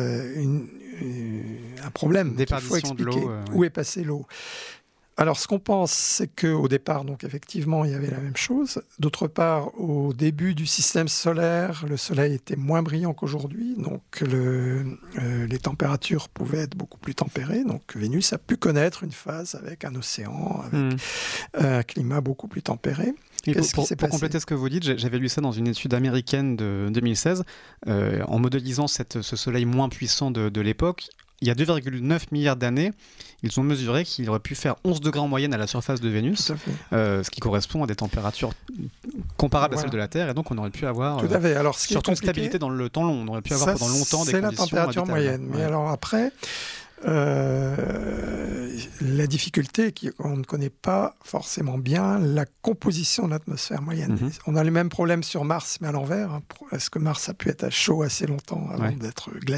un problème qu'il faut expliquer. Où est passée l'eau ? Alors, ce qu'on pense, c'est qu'au départ, donc effectivement, il y avait la même chose. D'autre part, au début du système solaire, le Soleil était moins brillant qu'aujourd'hui, donc les températures pouvaient être beaucoup plus tempérées. Donc, Vénus a pu connaître une phase avec un océan, avec un climat beaucoup plus tempéré. Pour compléter ce que vous dites, j'avais lu ça dans une étude américaine de 2016, en modélisant ce soleil moins puissant de l'époque. Il y a 2,9 milliards d'années, ils ont mesuré qu'il aurait pu faire 11 degrés en moyenne à la surface de Vénus, ce qui correspond à des températures comparables à celles de la Terre, et donc on aurait pu avoir surtout une stabilité dans le temps long. On aurait pu avoir pendant longtemps des conditions habitables. C'est la température moyenne. Mais alors après, la difficulté qu'on ne connaît pas forcément bien la composition de l'atmosphère moyenne. On a les mêmes problèmes sur Mars, mais à l'envers. Est-ce que Mars a pu être à chaud assez longtemps avant d'être glacé ?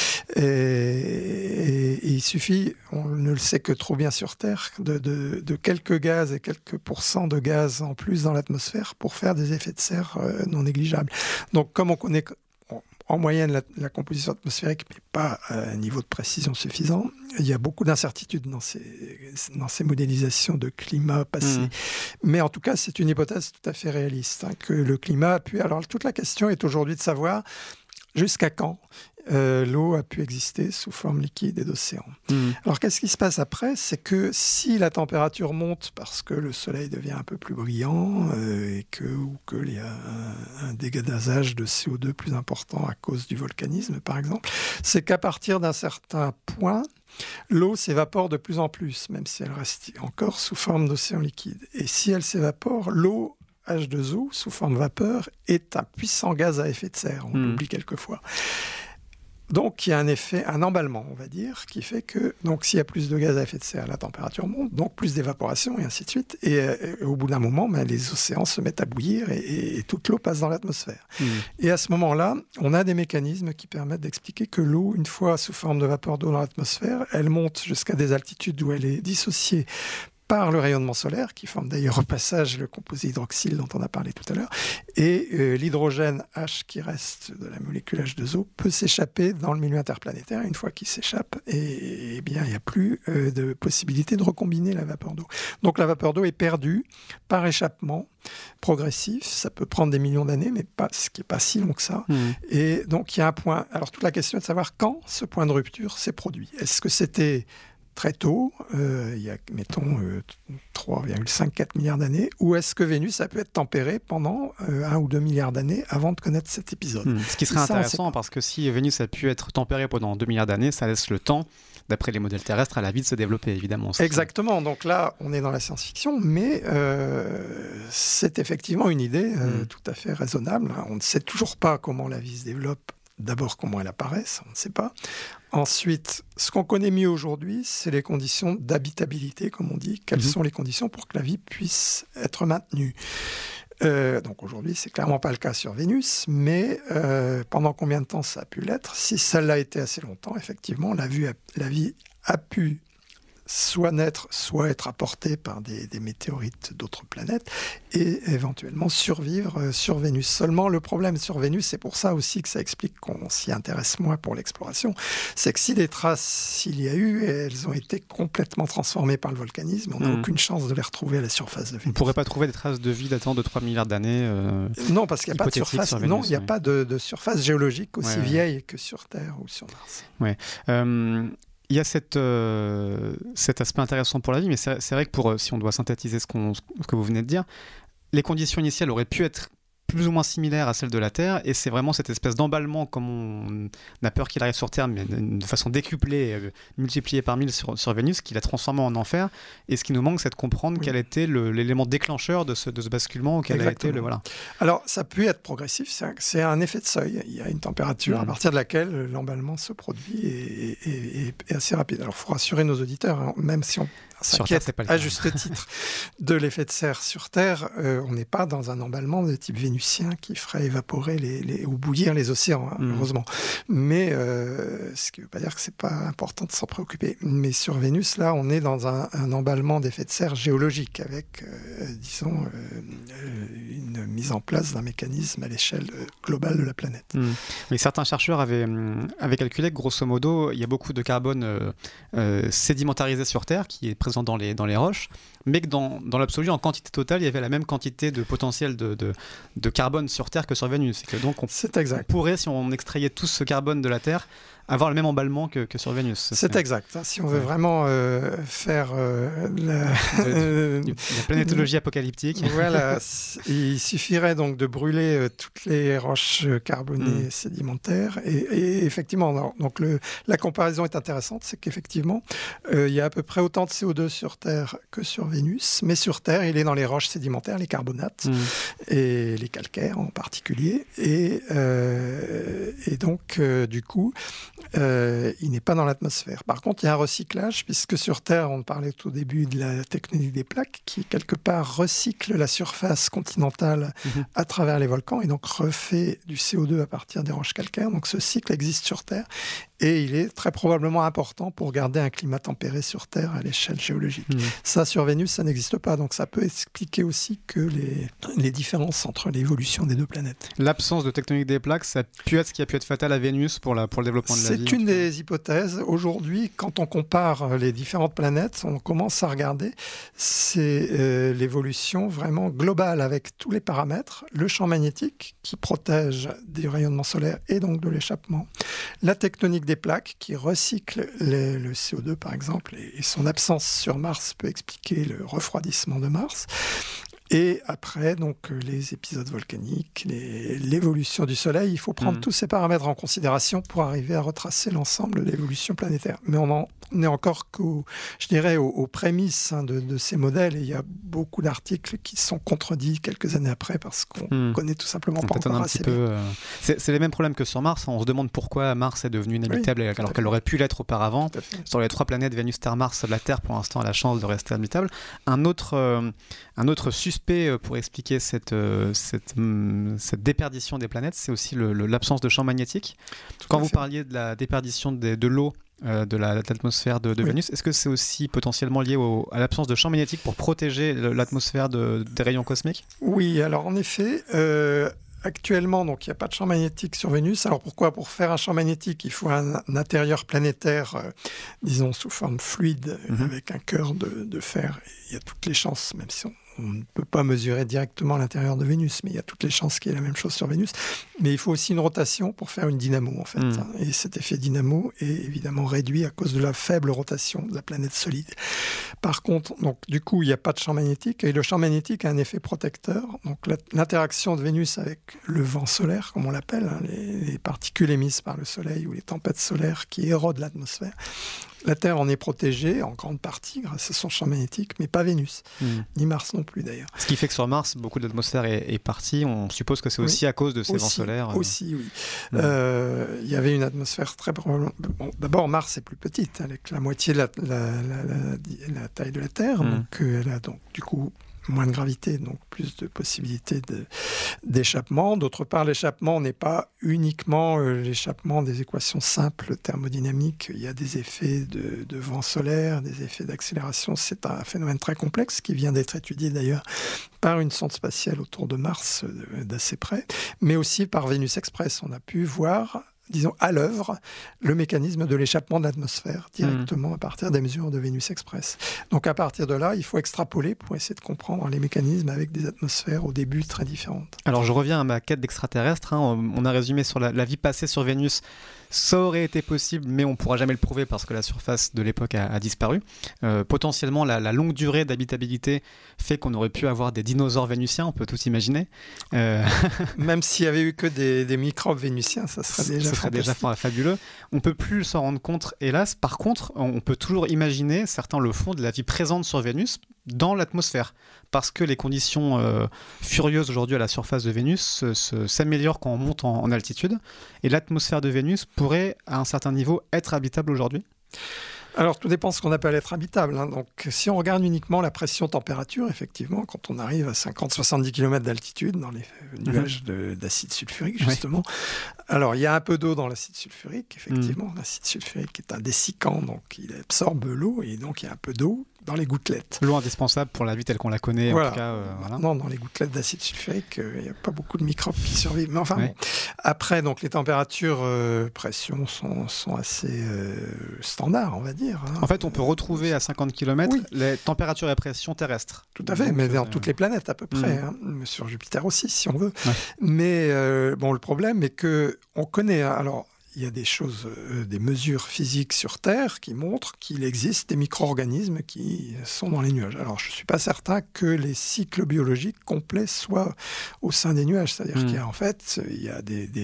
Et il suffit, on ne le sait que trop bien sur Terre, de quelques gaz et quelques pourcents de gaz en plus dans l'atmosphère pour faire des effets de serre non négligeables. Donc comme on connaît en moyenne la composition atmosphérique, mais pas à un niveau de précision suffisant, il y a beaucoup d'incertitudes dans ces modélisations de climat passé. Mais en tout cas, c'est une hypothèse tout à fait réaliste, que le climat a pu... Alors toute la question est aujourd'hui de savoir jusqu'à quand l'eau a pu exister sous forme liquide et d'océan. Alors qu'est-ce qui se passe après ? C'est que si la température monte parce que le soleil devient un peu plus brillant ou qu'il y a un dégazage de CO2 plus important à cause du volcanisme, par exemple, c'est qu'à partir d'un certain point, l'eau s'évapore de plus en plus, même si elle reste encore sous forme d'océan liquide. Et si elle s'évapore, l'eau H2O, sous forme vapeur, est un puissant gaz à effet de serre. On l'oublie quelquefois. Donc, il y a un emballement, on va dire, qui fait que, donc, s'il y a plus de gaz à effet de serre, la température monte, donc plus d'évaporation, et ainsi de suite. Et au bout d'un moment, les océans se mettent à bouillir et toute l'eau passe dans l'atmosphère. Et à ce moment-là, on a des mécanismes qui permettent d'expliquer que l'eau, une fois sous forme de vapeur d'eau dans l'atmosphère, elle monte jusqu'à des altitudes où elle est dissociée par le rayonnement solaire, qui forme d'ailleurs au passage le composé hydroxyle dont on a parlé tout à l'heure, et l'hydrogène H qui reste de la molécule H2O peut s'échapper dans le milieu interplanétaire. Une fois qu'il s'échappe, et bien, il n'y a plus de possibilité de recombiner la vapeur d'eau. Donc la vapeur d'eau est perdue par échappement progressif. Ça peut prendre des millions d'années, mais ce qui n'est pas si long que ça. Et donc il y a un point. Alors toute la question est de savoir quand ce point de rupture s'est produit. Est-ce que c'était très tôt, il y a, mettons, 3,54 milliards d'années, ou est-ce que Vénus a pu être tempérée pendant 1 ou 2 milliards d'années avant de connaître cet épisode? Ce qui serait intéressant, parce que si Vénus a pu être tempérée pendant 2 milliards d'années, ça laisse le temps, d'après les modèles terrestres, à la vie de se développer, évidemment. Exactement, donc là, on est dans la science-fiction, mais c'est effectivement une idée tout à fait raisonnable. On ne sait toujours pas comment la vie se développe. D'abord, comment elle apparaît, ça, on ne sait pas. Ensuite, ce qu'on connaît mieux aujourd'hui, c'est les conditions d'habitabilité, comme on dit. Quelles sont les conditions pour que la vie puisse être maintenue? Donc aujourd'hui, c'est clairement pas le cas sur Vénus, mais pendant combien de temps ça a pu l'être? Si ça l'a été assez longtemps, effectivement, la vie a pu soit naître, soit être apportée par des météorites d'autres planètes et éventuellement survivre sur Vénus. Seulement, le problème sur Vénus, c'est pour ça aussi que ça explique qu'on s'y intéresse moins pour l'exploration, c'est que si des traces s'il y a eu, elles ont été complètement transformées par le volcanisme, on n'a aucune chance de les retrouver à la surface de Vénus. On ne pourrait pas trouver des traces de vie datant de 3 milliards d'années Non, parce qu'il n'y a pas de surface. Vénus, non, il n'y a pas de surface géologique aussi vieille que sur Terre ou sur Mars. Ouais. Il y a cet aspect intéressant pour la vie, mais c'est vrai que si on doit synthétiser ce que vous venez de dire, les conditions initiales auraient pu être plus ou moins similaires à celles de la Terre, et c'est vraiment cette espèce d'emballement, comme on a peur qu'il arrive sur Terre, mais de façon décuplée, multipliée par 1000 sur Vénus, qui l'a transformé en enfer. Et ce qui nous manque, c'est de comprendre quel était l'élément déclencheur de ce basculement, quel a été voilà. Alors, ça peut être progressif, c'est un effet de seuil. Il y a une température à partir de laquelle l'emballement se produit et est assez rapide. Alors, il faut rassurer nos auditeurs, hein, même si on s'inquiète à juste titre de l'effet de serre sur Terre, on n'est pas dans un emballement de type vénusien qui ferait évaporer ou bouillir les océans, hein, heureusement. Mais ce qui ne veut pas dire que ce n'est pas important de s'en préoccuper. Mais sur Vénus, là, on est dans un emballement d'effet de serre géologique avec, disons, une mise en place d'un mécanisme à l'échelle globale de la planète. Mais certains chercheurs avaient calculé que, grosso modo, il y a beaucoup de carbone sédimentarisé sur Terre, qui est présent dans les roches, mais que dans l'absolu, en quantité totale, il y avait la même quantité de potentiel de carbone sur Terre que sur Vénus. Et que donc on pourrait, si on extrayait tout ce carbone de la Terre, avoir le même emballement que sur Vénus. C'est exact. Hein, si on veut vraiment faire la planétologie apocalyptique. Voilà, il suffirait donc de brûler toutes les roches carbonées sédimentaires. Et effectivement, donc la comparaison est intéressante, c'est qu'effectivement, il y a à peu près autant de CO2 sur Terre que sur Vénus, mais sur Terre, il est dans les roches sédimentaires, les carbonates, et les calcaires en particulier. Et donc, du coup, il n'est pas dans l'atmosphère. Par contre, il y a un recyclage, puisque sur Terre, on parlait au début de la tectonique des plaques, qui quelque part recycle la surface continentale à travers les volcans, et donc refait du CO2 à partir des roches calcaires. Donc ce cycle existe sur Terre, et il est très probablement important pour garder un climat tempéré sur Terre à l'échelle géologique. Ça, sur Vénus, ça n'existe pas, donc ça peut expliquer aussi que les différences entre l'évolution des deux planètes. L'absence de tectonique des plaques, ça a pu être ce qui a pu être fatal à Vénus pour le développement de la vie. C'est une des hypothèses. Aujourd'hui, quand on compare les différentes planètes, on commence à regarder l'évolution vraiment globale avec tous les paramètres, le champ magnétique qui protège des rayonnements solaires et donc de l'échappement, la tectonique des plaques qui recycle le CO2 par exemple, et son absence sur Mars peut expliquer le refroidissement de Mars. Et après, donc, les épisodes volcaniques, l'évolution du Soleil, il faut prendre tous ces paramètres en considération pour arriver à retracer l'ensemble de l'évolution planétaire. Mais on est encore aux prémices de ces modèles, et il y a beaucoup d'articles qui sont contredits quelques années après parce qu'on connaît tout simplement pas encore assez bien. C'est les mêmes problèmes que sur Mars. On se demande pourquoi Mars est devenue inhabitable alors qu'elle aurait pu l'être auparavant. Sur les 3 planètes, Vénus, Terre, Mars, la Terre, pour l'instant, a la chance de rester habitable. Un autre suspect suspect pour expliquer cette déperdition des planètes, c'est aussi l'absence de champ magnétique. Quand vous parliez de la déperdition de l'eau de l'atmosphère de Vénus, est-ce que c'est aussi potentiellement lié à l'absence de champ magnétique pour protéger l'atmosphère des rayons cosmiques ? Oui, alors en effet, actuellement, donc il n'y a pas de champ magnétique sur Vénus. Alors pourquoi ? Pour faire un champ magnétique, il faut un intérieur planétaire, disons sous forme fluide, avec un cœur de fer. Il y a toutes les chances, même si on ne peut pas mesurer directement l'intérieur de Vénus, mais il y a toutes les chances qu'il y ait la même chose sur Vénus. Mais il faut aussi une rotation pour faire une dynamo, en fait. Et cet effet dynamo est évidemment réduit à cause de la faible rotation de la planète solide. Par contre, donc, du coup, il n'y a pas de champ magnétique, et le champ magnétique a un effet protecteur. Donc l'interaction de Vénus avec le vent solaire, comme on l'appelle, les particules émises par le Soleil ou les tempêtes solaires qui érodent l'atmosphère, la Terre en est protégée en grande partie grâce à son champ magnétique, mais pas Vénus, ni Mars non plus d'ailleurs. Ce qui fait que sur Mars, beaucoup de l'atmosphère est partie. On suppose que c'est aussi à cause de ces vents solaires. Aussi, oui. Il y avait une atmosphère très probablement... Bon, d'abord, Mars est plus petite, avec la moitié de la taille de la Terre, donc elle a donc du coup moins de gravité, donc plus de possibilités d'échappement. D'autre part, l'échappement n'est pas uniquement l'échappement des équations simples thermodynamiques. Il y a des effets de vent solaire, des effets d'accélération. C'est un phénomène très complexe qui vient d'être étudié d'ailleurs par une sonde spatiale autour de Mars d'assez près, mais aussi par Vénus Express. On a pu voir, disons, à l'œuvre, le mécanisme de l'échappement de l'atmosphère directement à partir des mesures de Vénus Express. Donc à partir de là, il faut extrapoler pour essayer de comprendre les mécanismes avec des atmosphères au début très différentes. Alors je reviens à ma quête d'extraterrestre. On a résumé sur la vie passée sur Vénus. Ça aurait été possible, mais on ne pourra jamais le prouver parce que la surface de l'époque a disparu. Potentiellement, la longue durée d'habitabilité fait qu'on aurait pu avoir des dinosaures vénusiens, on peut tout imaginer. Même s'il n'y avait eu que des microbes vénusiens, ça serait déjà fabuleux. On ne peut plus s'en rendre compte, hélas. Par contre, on peut toujours imaginer, certains le font, de la vie présente sur Vénus dans l'atmosphère. Parce que les conditions furieuses aujourd'hui à la surface de Vénus s'améliorent quand on monte en altitude. Et l'atmosphère de Vénus pourrait, à un certain niveau, être habitable aujourd'hui ? Alors, tout dépend de ce qu'on appelle être habitable. Donc, si on regarde uniquement la pression-température, effectivement, quand on arrive à 50-70 km d'altitude, dans les nuages d'acide sulfurique, justement, alors, il y a un peu d'eau dans l'acide sulfurique, effectivement. L'acide sulfurique est un dessicant, donc il absorbe l'eau, et donc il y a un peu d'eau dans les gouttelettes. L'eau indispensable pour la vie telle qu'on la connaît, en tout cas. Non, dans les gouttelettes d'acide sulfurique, il n'y a pas beaucoup de microbes qui survivent. Mais enfin, bon. Après, donc, les températures pression sont assez standards, on va dire. En fait, on peut retrouver à 50 km les températures et pression terrestres. Tout à fait, mais dans toutes les planètes à peu près. Sur Jupiter aussi, si on veut. Mais bon, le problème est qu'on connaît... Alors, il y a des choses, des mesures physiques sur Terre qui montrent qu'il existe des micro-organismes qui sont dans les nuages. Alors, je ne suis pas certain que les cycles biologiques complets soient au sein des nuages. C'est-à-dire qu'il y a en fait, il y a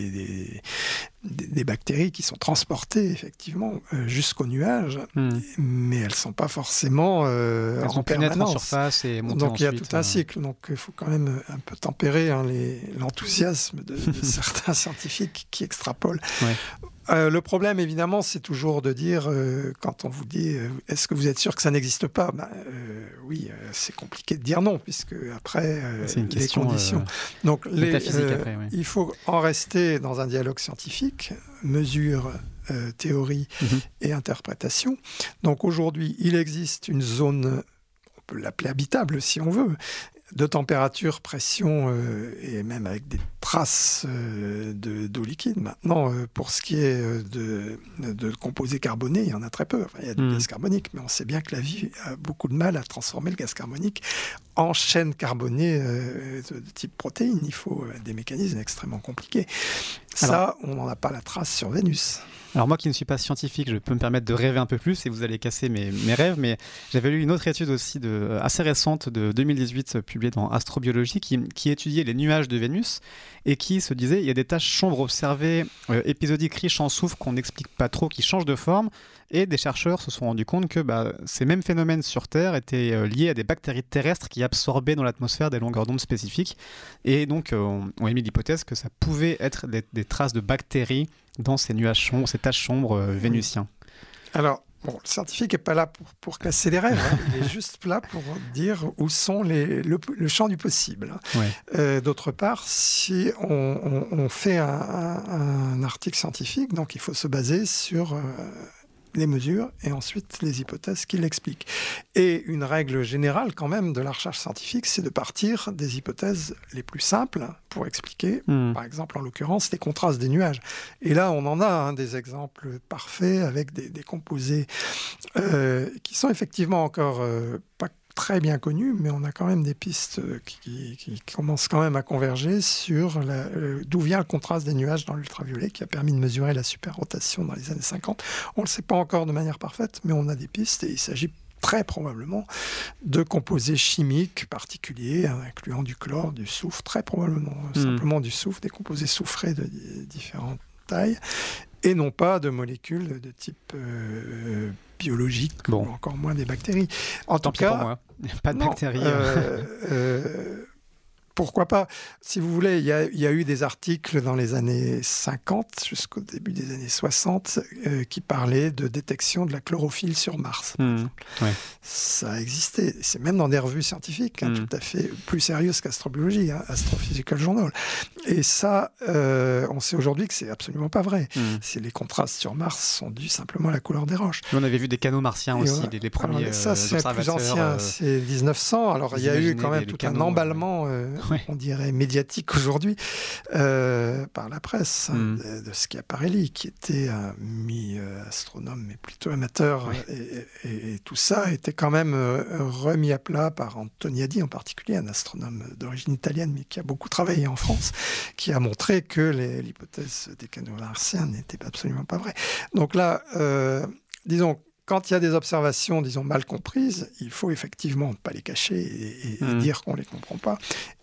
des bactéries qui sont transportées effectivement jusqu'aux nuages, mais elles ne sont pas forcément en permanence. En surface et monter donc ensuite, il y a tout un cycle. Donc il faut quand même un peu tempérer l'enthousiasme de certains scientifiques qui extrapolent. Le problème, évidemment, c'est toujours de dire, quand on vous dit « est-ce que vous êtes sûr que ça n'existe pas ?» Oui, c'est compliqué de dire non, puisque après, c'est une les conditions... Donc, métaphysique après, il faut en rester dans un dialogue scientifique, mesure, théorie et interprétation. Donc aujourd'hui, il existe une zone, on peut l'appeler habitable si on veut, de température, pression et même avec des traces d'eau liquide. Maintenant, pour ce qui est de composés carbonés, il y en a très peu. Enfin, il y a du gaz carbonique, mais on sait bien que la vie a beaucoup de mal à transformer le gaz carbonique en chaîne carbonée de type protéine. Il faut des mécanismes extrêmement compliqués. Ça, on n'en a pas la trace sur Vénus. Alors moi qui ne suis pas scientifique, je peux me permettre de rêver un peu plus et vous allez casser mes rêves, mais j'avais lu une autre étude aussi assez récente de 2018 publiée dans Astrobiologie qui étudiait les nuages de Vénus et qui se disait il y a des taches sombres observées, épisodiques riches en soufre qu'on n'explique pas trop, qui changent de forme, et des chercheurs se sont rendus compte que ces mêmes phénomènes sur Terre étaient liés à des bactéries terrestres qui absorbaient dans l'atmosphère des longueurs d'onde spécifiques et donc ont émis l'hypothèse que ça pouvait être des traces de bactéries dans ces nuages sombres, ces taches sombres vénusiens. Alors, Bon, le scientifique n'est pas là pour casser les rêves, hein. Il est juste là pour dire où sont le champ du possible. Ouais. D'autre part, si on fait un article scientifique, donc il faut se baser sur les mesures et ensuite les hypothèses qui l'expliquent. Et une règle générale quand même de la recherche scientifique, c'est de partir des hypothèses les plus simples pour expliquer, par exemple en l'occurrence, les contrastes des nuages. Et là, on en a des exemples parfaits avec des composés qui sont effectivement encore pas très bien connus, mais on a quand même des pistes qui commencent quand même à converger sur d'où vient le contraste des nuages dans l'ultraviolet, qui a permis de mesurer la superrotation dans les années 50. On ne le sait pas encore de manière parfaite, mais on a des pistes et il s'agit très probablement de composés chimiques particuliers, incluant du chlore, du soufre, très probablement simplement du soufre, des composés soufrés de différentes tailles, et non pas de molécules de type biologique, ou encore moins des bactéries. En tout cas, pour moi. Pas de bactéries. Pourquoi pas? Si vous voulez, il y a eu des articles dans les années 50 jusqu'au début des années 60 qui parlaient de détection de la chlorophylle sur Mars. Ouais. Ça a existé. C'est même dans des revues scientifiques, tout à fait plus sérieuses qu'Astrobiologie, Astrophysical Journal. Et ça, on sait aujourd'hui que c'est absolument pas vrai. Les contrastes sur Mars sont dus simplement à la couleur des roches. On avait vu des canaux martiens aussi, les premiers. Alors, ça, c'est plus ancien, c'est 1900. Alors, il y a eu quand même tout un emballement. On dirait médiatique aujourd'hui, par la presse, de Schiaparelli, qui était un mi-astronome, mais plutôt amateur. Et tout ça était quand même remis à plat par Antoniadi, en particulier, un astronome d'origine italienne, mais qui a beaucoup travaillé en France, qui a montré que l'hypothèse des canaux martiens n'était absolument pas vraie. Donc là, disons, quand il y a des observations, disons, mal comprises, il faut effectivement ne pas les cacher et dire qu'on ne les comprend pas.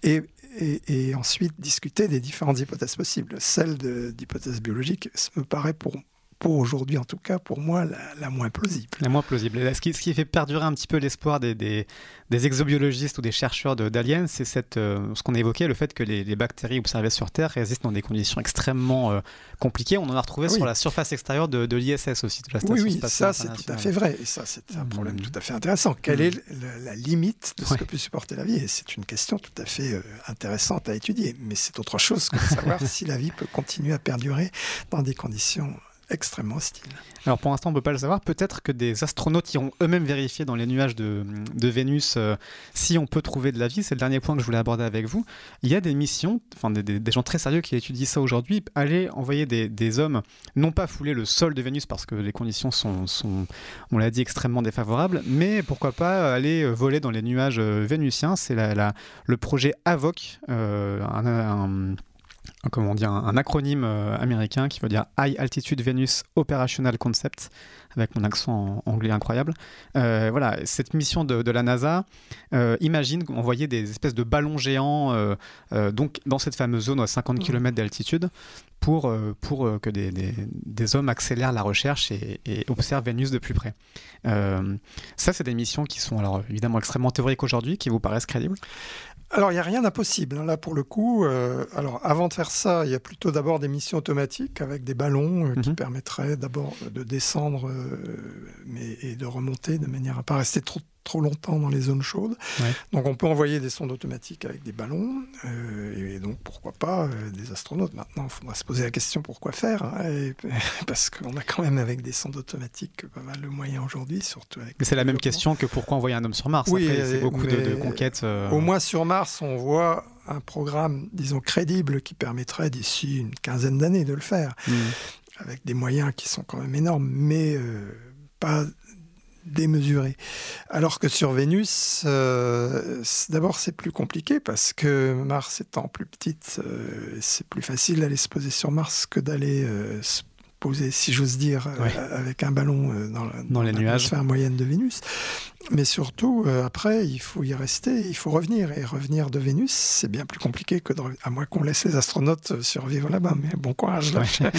Et ensuite discuter des différentes hypothèses possibles. Celle d'hypothèse biologique me paraît pour aujourd'hui, en tout cas, pour moi, la moins plausible. La moins plausible. Ce qui fait perdurer un petit peu l'espoir des exobiologistes ou des chercheurs d'aliens, c'est ce qu'on a évoqué, le fait que les bactéries observées sur Terre résistent dans des conditions extrêmement compliquées. On en a retrouvé sur la surface extérieure de l'ISS aussi, de la Station spatiale ça c'est tout à fait vrai. Et ça, c'est un problème tout à fait intéressant. Quelle est la limite de ce que peut supporter la vie? Et c'est une question tout à fait intéressante à étudier. Mais c'est autre chose que de savoir si la vie peut continuer à perdurer dans des conditions extrêmement hostile. Alors pour l'instant on ne peut pas le savoir, peut-être que des astronautes iront eux-mêmes vérifier dans les nuages de Vénus si on peut trouver de la vie. C'est le dernier point que je voulais aborder avec vous. Il y a des missions, enfin des gens très sérieux qui étudient ça aujourd'hui, aller envoyer des hommes, non pas fouler le sol de Vénus parce que les conditions sont on l'a dit, extrêmement défavorables, mais pourquoi pas aller voler dans les nuages vénusiens. C'est le projet AVOC, un acronyme américain qui veut dire High Altitude Venus Operational Concept, avec mon accent anglais incroyable. Cette mission de la NASA imagine envoyer des espèces de ballons géants donc dans cette fameuse zone à 50 km d'altitude pour que des hommes accélèrent la recherche et observent Vénus de plus près. Ça, c'est des missions qui sont alors évidemment extrêmement théoriques aujourd'hui, qui vous paraissent crédibles? Alors, il n'y a rien d'impossible. Là, pour le coup, alors, avant de faire ça, il y a plutôt d'abord des missions automatiques avec des ballons qui permettraient d'abord de descendre et de remonter de manière à ne pas rester trop longtemps dans les zones chaudes. Ouais. Donc, on peut envoyer des sondes automatiques avec des ballons et donc, pourquoi pas des astronautes. Maintenant, il faudra se poser la question pourquoi faire, parce qu'on a quand même avec des sondes automatiques pas mal de moyens aujourd'hui, surtout avec... Mais c'est la même question que pourquoi envoyer un homme sur Mars. Oui, après, c'est beaucoup de conquêtes. Au moins sur Mars, on voit un programme, disons, crédible qui permettrait d'ici une quinzaine d'années de le faire, avec des moyens qui sont quand même énormes, mais pas démesurés. Alors que sur Vénus, d'abord c'est plus compliqué parce que Mars étant plus petite, c'est plus facile d'aller se poser sur Mars que d'aller se poser, si j'ose dire, avec un ballon dans les nuages, l'atmosphère moyenne de Vénus. Mais surtout, après, il faut y rester, il faut revenir. Et revenir de Vénus, c'est bien plus compliqué à moins qu'on laisse les astronautes survivre là-bas. Mais bon courage là.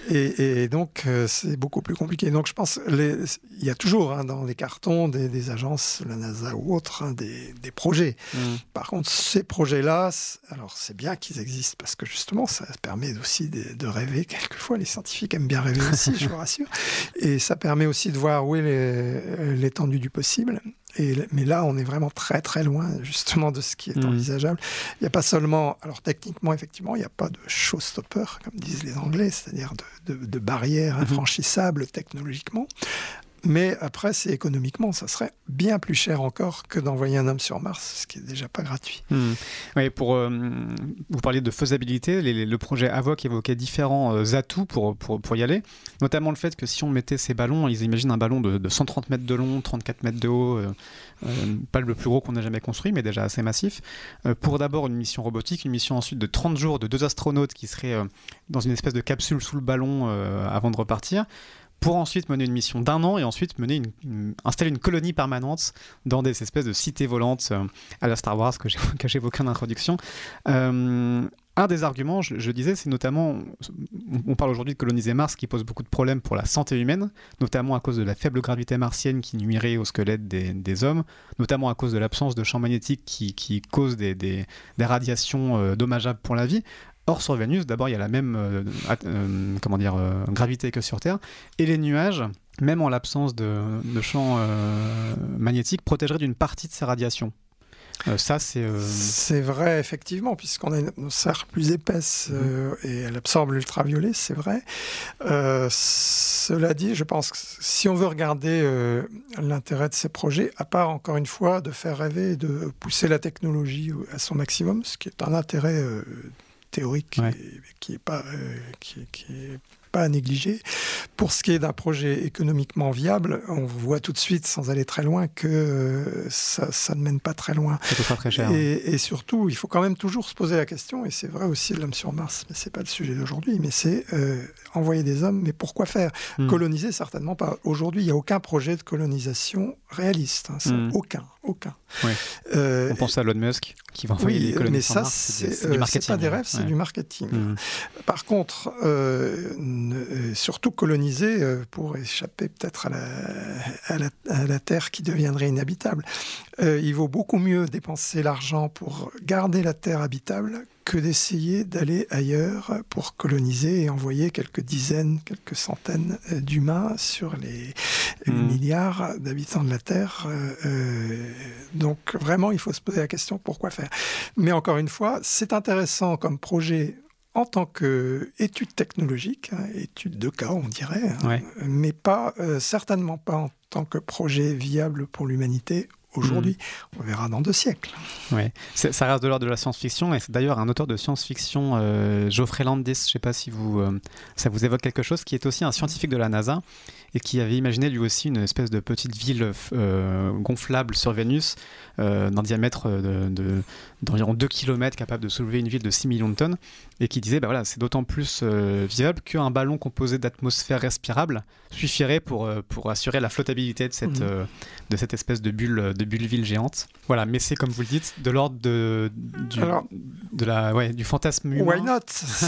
Et donc, c'est beaucoup plus compliqué. Donc, je pense il y a toujours dans les cartons des agences, la NASA ou autres, des projets. Par contre, ces projets-là, alors c'est bien qu'ils existent parce que justement, ça permet aussi de rêver. Quelquefois, les scientifiques aiment bien rêver aussi, je vous rassure. Et ça permet aussi de voir où est l'étendue du possible. Mais là, on est vraiment très très loin justement de ce qui est envisageable. Il n'y a pas seulement, alors techniquement, effectivement, il n'y a pas de showstopper, comme disent les Anglais, c'est-à-dire de barrières infranchissables technologiquement. Mais après, c'est économiquement, ça serait bien plus cher encore que d'envoyer un homme sur Mars, ce qui est déjà pas gratuit. Oui, vous parliez de faisabilité, le projet AVOC évoquait différents atouts pour y aller, notamment le fait que si on mettait ces ballons, ils imaginent un ballon de 130 mètres de long, 34 mètres de haut, pas le plus gros qu'on ait jamais construit, mais déjà assez massif, pour d'abord une mission robotique, une mission ensuite de 30 jours de 2 astronautes qui seraient dans une espèce de capsule sous le ballon avant de repartir, pour ensuite mener une mission d'1 an et ensuite installer une colonie permanente dans des espèces de cités volantes à la Star Wars que j'évoquais en introduction. Un des arguments, je disais, c'est notamment, on parle aujourd'hui de coloniser Mars qui pose beaucoup de problèmes pour la santé humaine, notamment à cause de la faible gravité martienne qui nuirait au squelette des hommes, notamment à cause de l'absence de champs magnétiques qui causent des radiations dommageables pour la vie. Or, sur Vénus, d'abord, il y a la même gravité que sur Terre. Et les nuages, même en l'absence de champs magnétiques, protégeraient d'une partie de ces radiations. C'est vrai, effectivement, puisqu'on a une serre plus épaisse et elle absorbe l'ultraviolet, c'est vrai. Cela dit, je pense que si on veut regarder l'intérêt de ces projets, à part, encore une fois, de faire rêver et de pousser la technologie à son maximum, ce qui est un intérêt théorique qui est pas à négliger. Pour ce qui est d'un projet économiquement viable, on voit tout de suite, sans aller très loin, que ça ne mène pas très loin. Ça coûtera très cher. Et surtout, il faut quand même toujours se poser la question, et c'est vrai aussi de l'homme sur Mars, mais c'est pas le sujet d'aujourd'hui, mais c'est envoyer des hommes, mais pourquoi faire ? Coloniser, certainement pas. Aujourd'hui, il n'y a aucun projet de colonisation réaliste. Aucun. Ouais. On pense à Elon Musk qui va envoyer des colonies sur Mars. C'est du marketing. C'est pas des rêves, c'est du marketing. Par contre, surtout coloniser pour échapper peut-être à la Terre qui deviendrait inhabitable. Il vaut beaucoup mieux dépenser l'argent pour garder la Terre habitable que d'essayer d'aller ailleurs pour coloniser et envoyer quelques dizaines, quelques centaines d'humains sur les milliards d'habitants de la Terre. Donc vraiment, il faut se poser la question, pourquoi faire ? Mais encore une fois, c'est intéressant comme projet en tant qu'étude technologique, étude de cas, on dirait, mais certainement pas en tant que projet viable pour l'humanité aujourd'hui. On verra dans 2 siècles. Ouais. Ça reste de l'ordre de la science-fiction, et c'est d'ailleurs un auteur de science-fiction, Geoffrey Landis, je ne sais pas si ça vous évoque quelque chose, qui est aussi un scientifique de la NASA, et qui avait imaginé lui aussi une espèce de petite ville gonflable sur Vénus, d'un diamètre d'environ 2 km, capable de soulever une ville de 6 millions de tonnes, et qui disait c'est d'autant plus viable qu'un ballon composé d'atmosphère respirable suffirait pour assurer la flottabilité de cette espèce de bulle ville géante. Voilà, mais c'est, comme vous le dites, de l'ordre du fantasme humain. Why not ?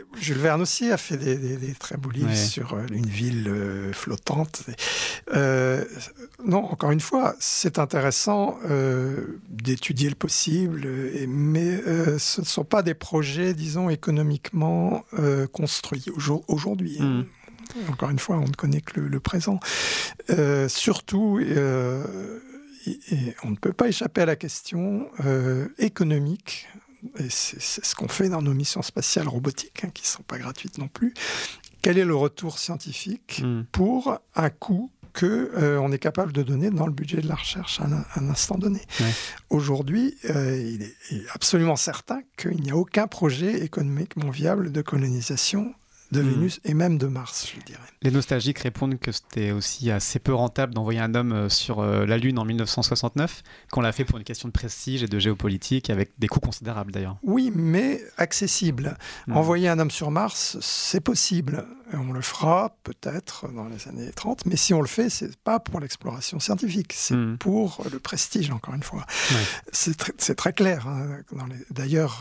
Jules Verne aussi a fait des très beaux livres sur une ville flottante. Non, encore une fois, c'est intéressant d'étudier le possible, mais ce ne sont pas des projets, disons, économiquement construits aujourd'hui. Encore une fois, on ne connaît que le présent. Surtout, on ne peut pas échapper à la question économique. Et c'est ce qu'on fait dans nos missions spatiales robotiques, qui ne sont pas gratuites non plus. Quel est le retour scientifique pour un coût qu'on est capable de donner dans le budget de la recherche à un instant donné. Aujourd'hui, il est absolument certain qu'il n'y a aucun projet économiquement viable de colonisation de Vénus et même de Mars, je dirais. Les nostalgiques répondent que c'était aussi assez peu rentable d'envoyer un homme sur la Lune en 1969, qu'on l'a fait pour une question de prestige et de géopolitique, avec des coûts considérables d'ailleurs. Oui, mais accessible. Envoyer un homme sur Mars, c'est possible. On le fera peut-être dans les années 30, mais si on le fait, c'est pas pour l'exploration scientifique, c'est pour le prestige, encore une fois. Ouais. C'est très clair. Hein. D'ailleurs,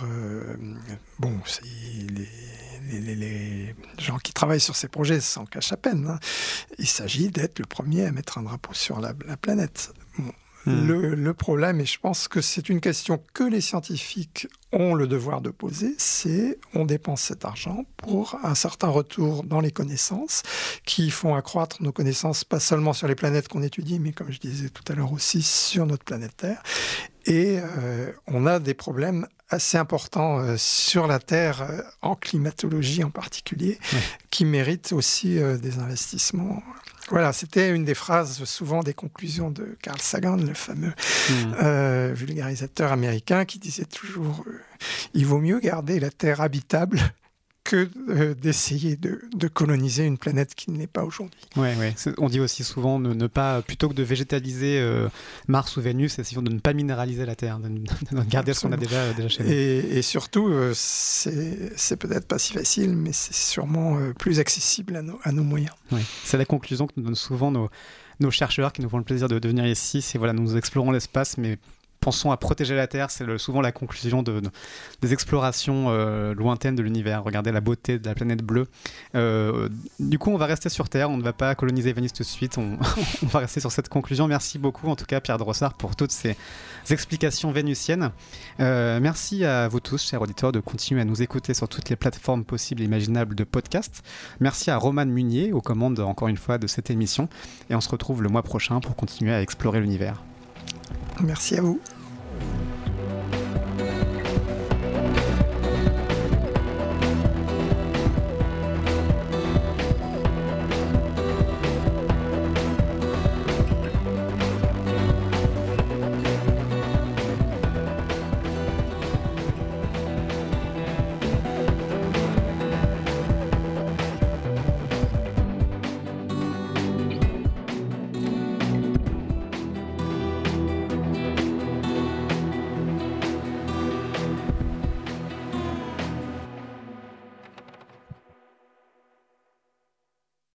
les gens qui travaillent sur ces projets s'en cachent à peine. Hein. Il s'agit d'être le premier à mettre un drapeau sur la planète. Bon. Le problème, et je pense que c'est une question que les scientifiques ont le devoir de poser, c'est on dépense cet argent pour un certain retour dans les connaissances qui font accroître nos connaissances, pas seulement sur les planètes qu'on étudie, mais comme je disais tout à l'heure aussi sur notre planète Terre. Et on a des problèmes assez importants sur la Terre, en climatologie en particulier, qui méritent aussi des investissements. Voilà, c'était une des phrases, souvent des conclusions de Carl Sagan, le fameux vulgarisateur américain, qui disait toujours il vaut mieux garder la Terre habitable que d'essayer de coloniser une planète qui ne l'est pas aujourd'hui. Ouais. On dit aussi souvent ne pas, plutôt que de végétaliser Mars ou Vénus, essayons de ne pas minéraliser la Terre, de garder ce qu'on a déjà chez nous. Et surtout, c'est peut-être pas si facile, mais c'est sûrement plus accessible à nos moyens. Ouais. C'est la conclusion que nous donnent souvent nos chercheurs qui nous font le plaisir de venir ici. C'est voilà, nous explorons l'espace, mais pensons à protéger la Terre, c'est souvent la conclusion des explorations lointaines de l'univers. Regardez la beauté de la planète bleue. Du coup, on va rester sur Terre, on ne va pas coloniser Vénus tout de suite, on va rester sur cette conclusion. Merci beaucoup, en tout cas, Pierre Drossard, pour toutes ces explications vénusiennes. Merci à vous tous, chers auditeurs, de continuer à nous écouter sur toutes les plateformes possibles et imaginables de podcast. Merci à Romane Munier, aux commandes, encore une fois, de cette émission. Et on se retrouve le mois prochain pour continuer à explorer l'univers. Merci à vous.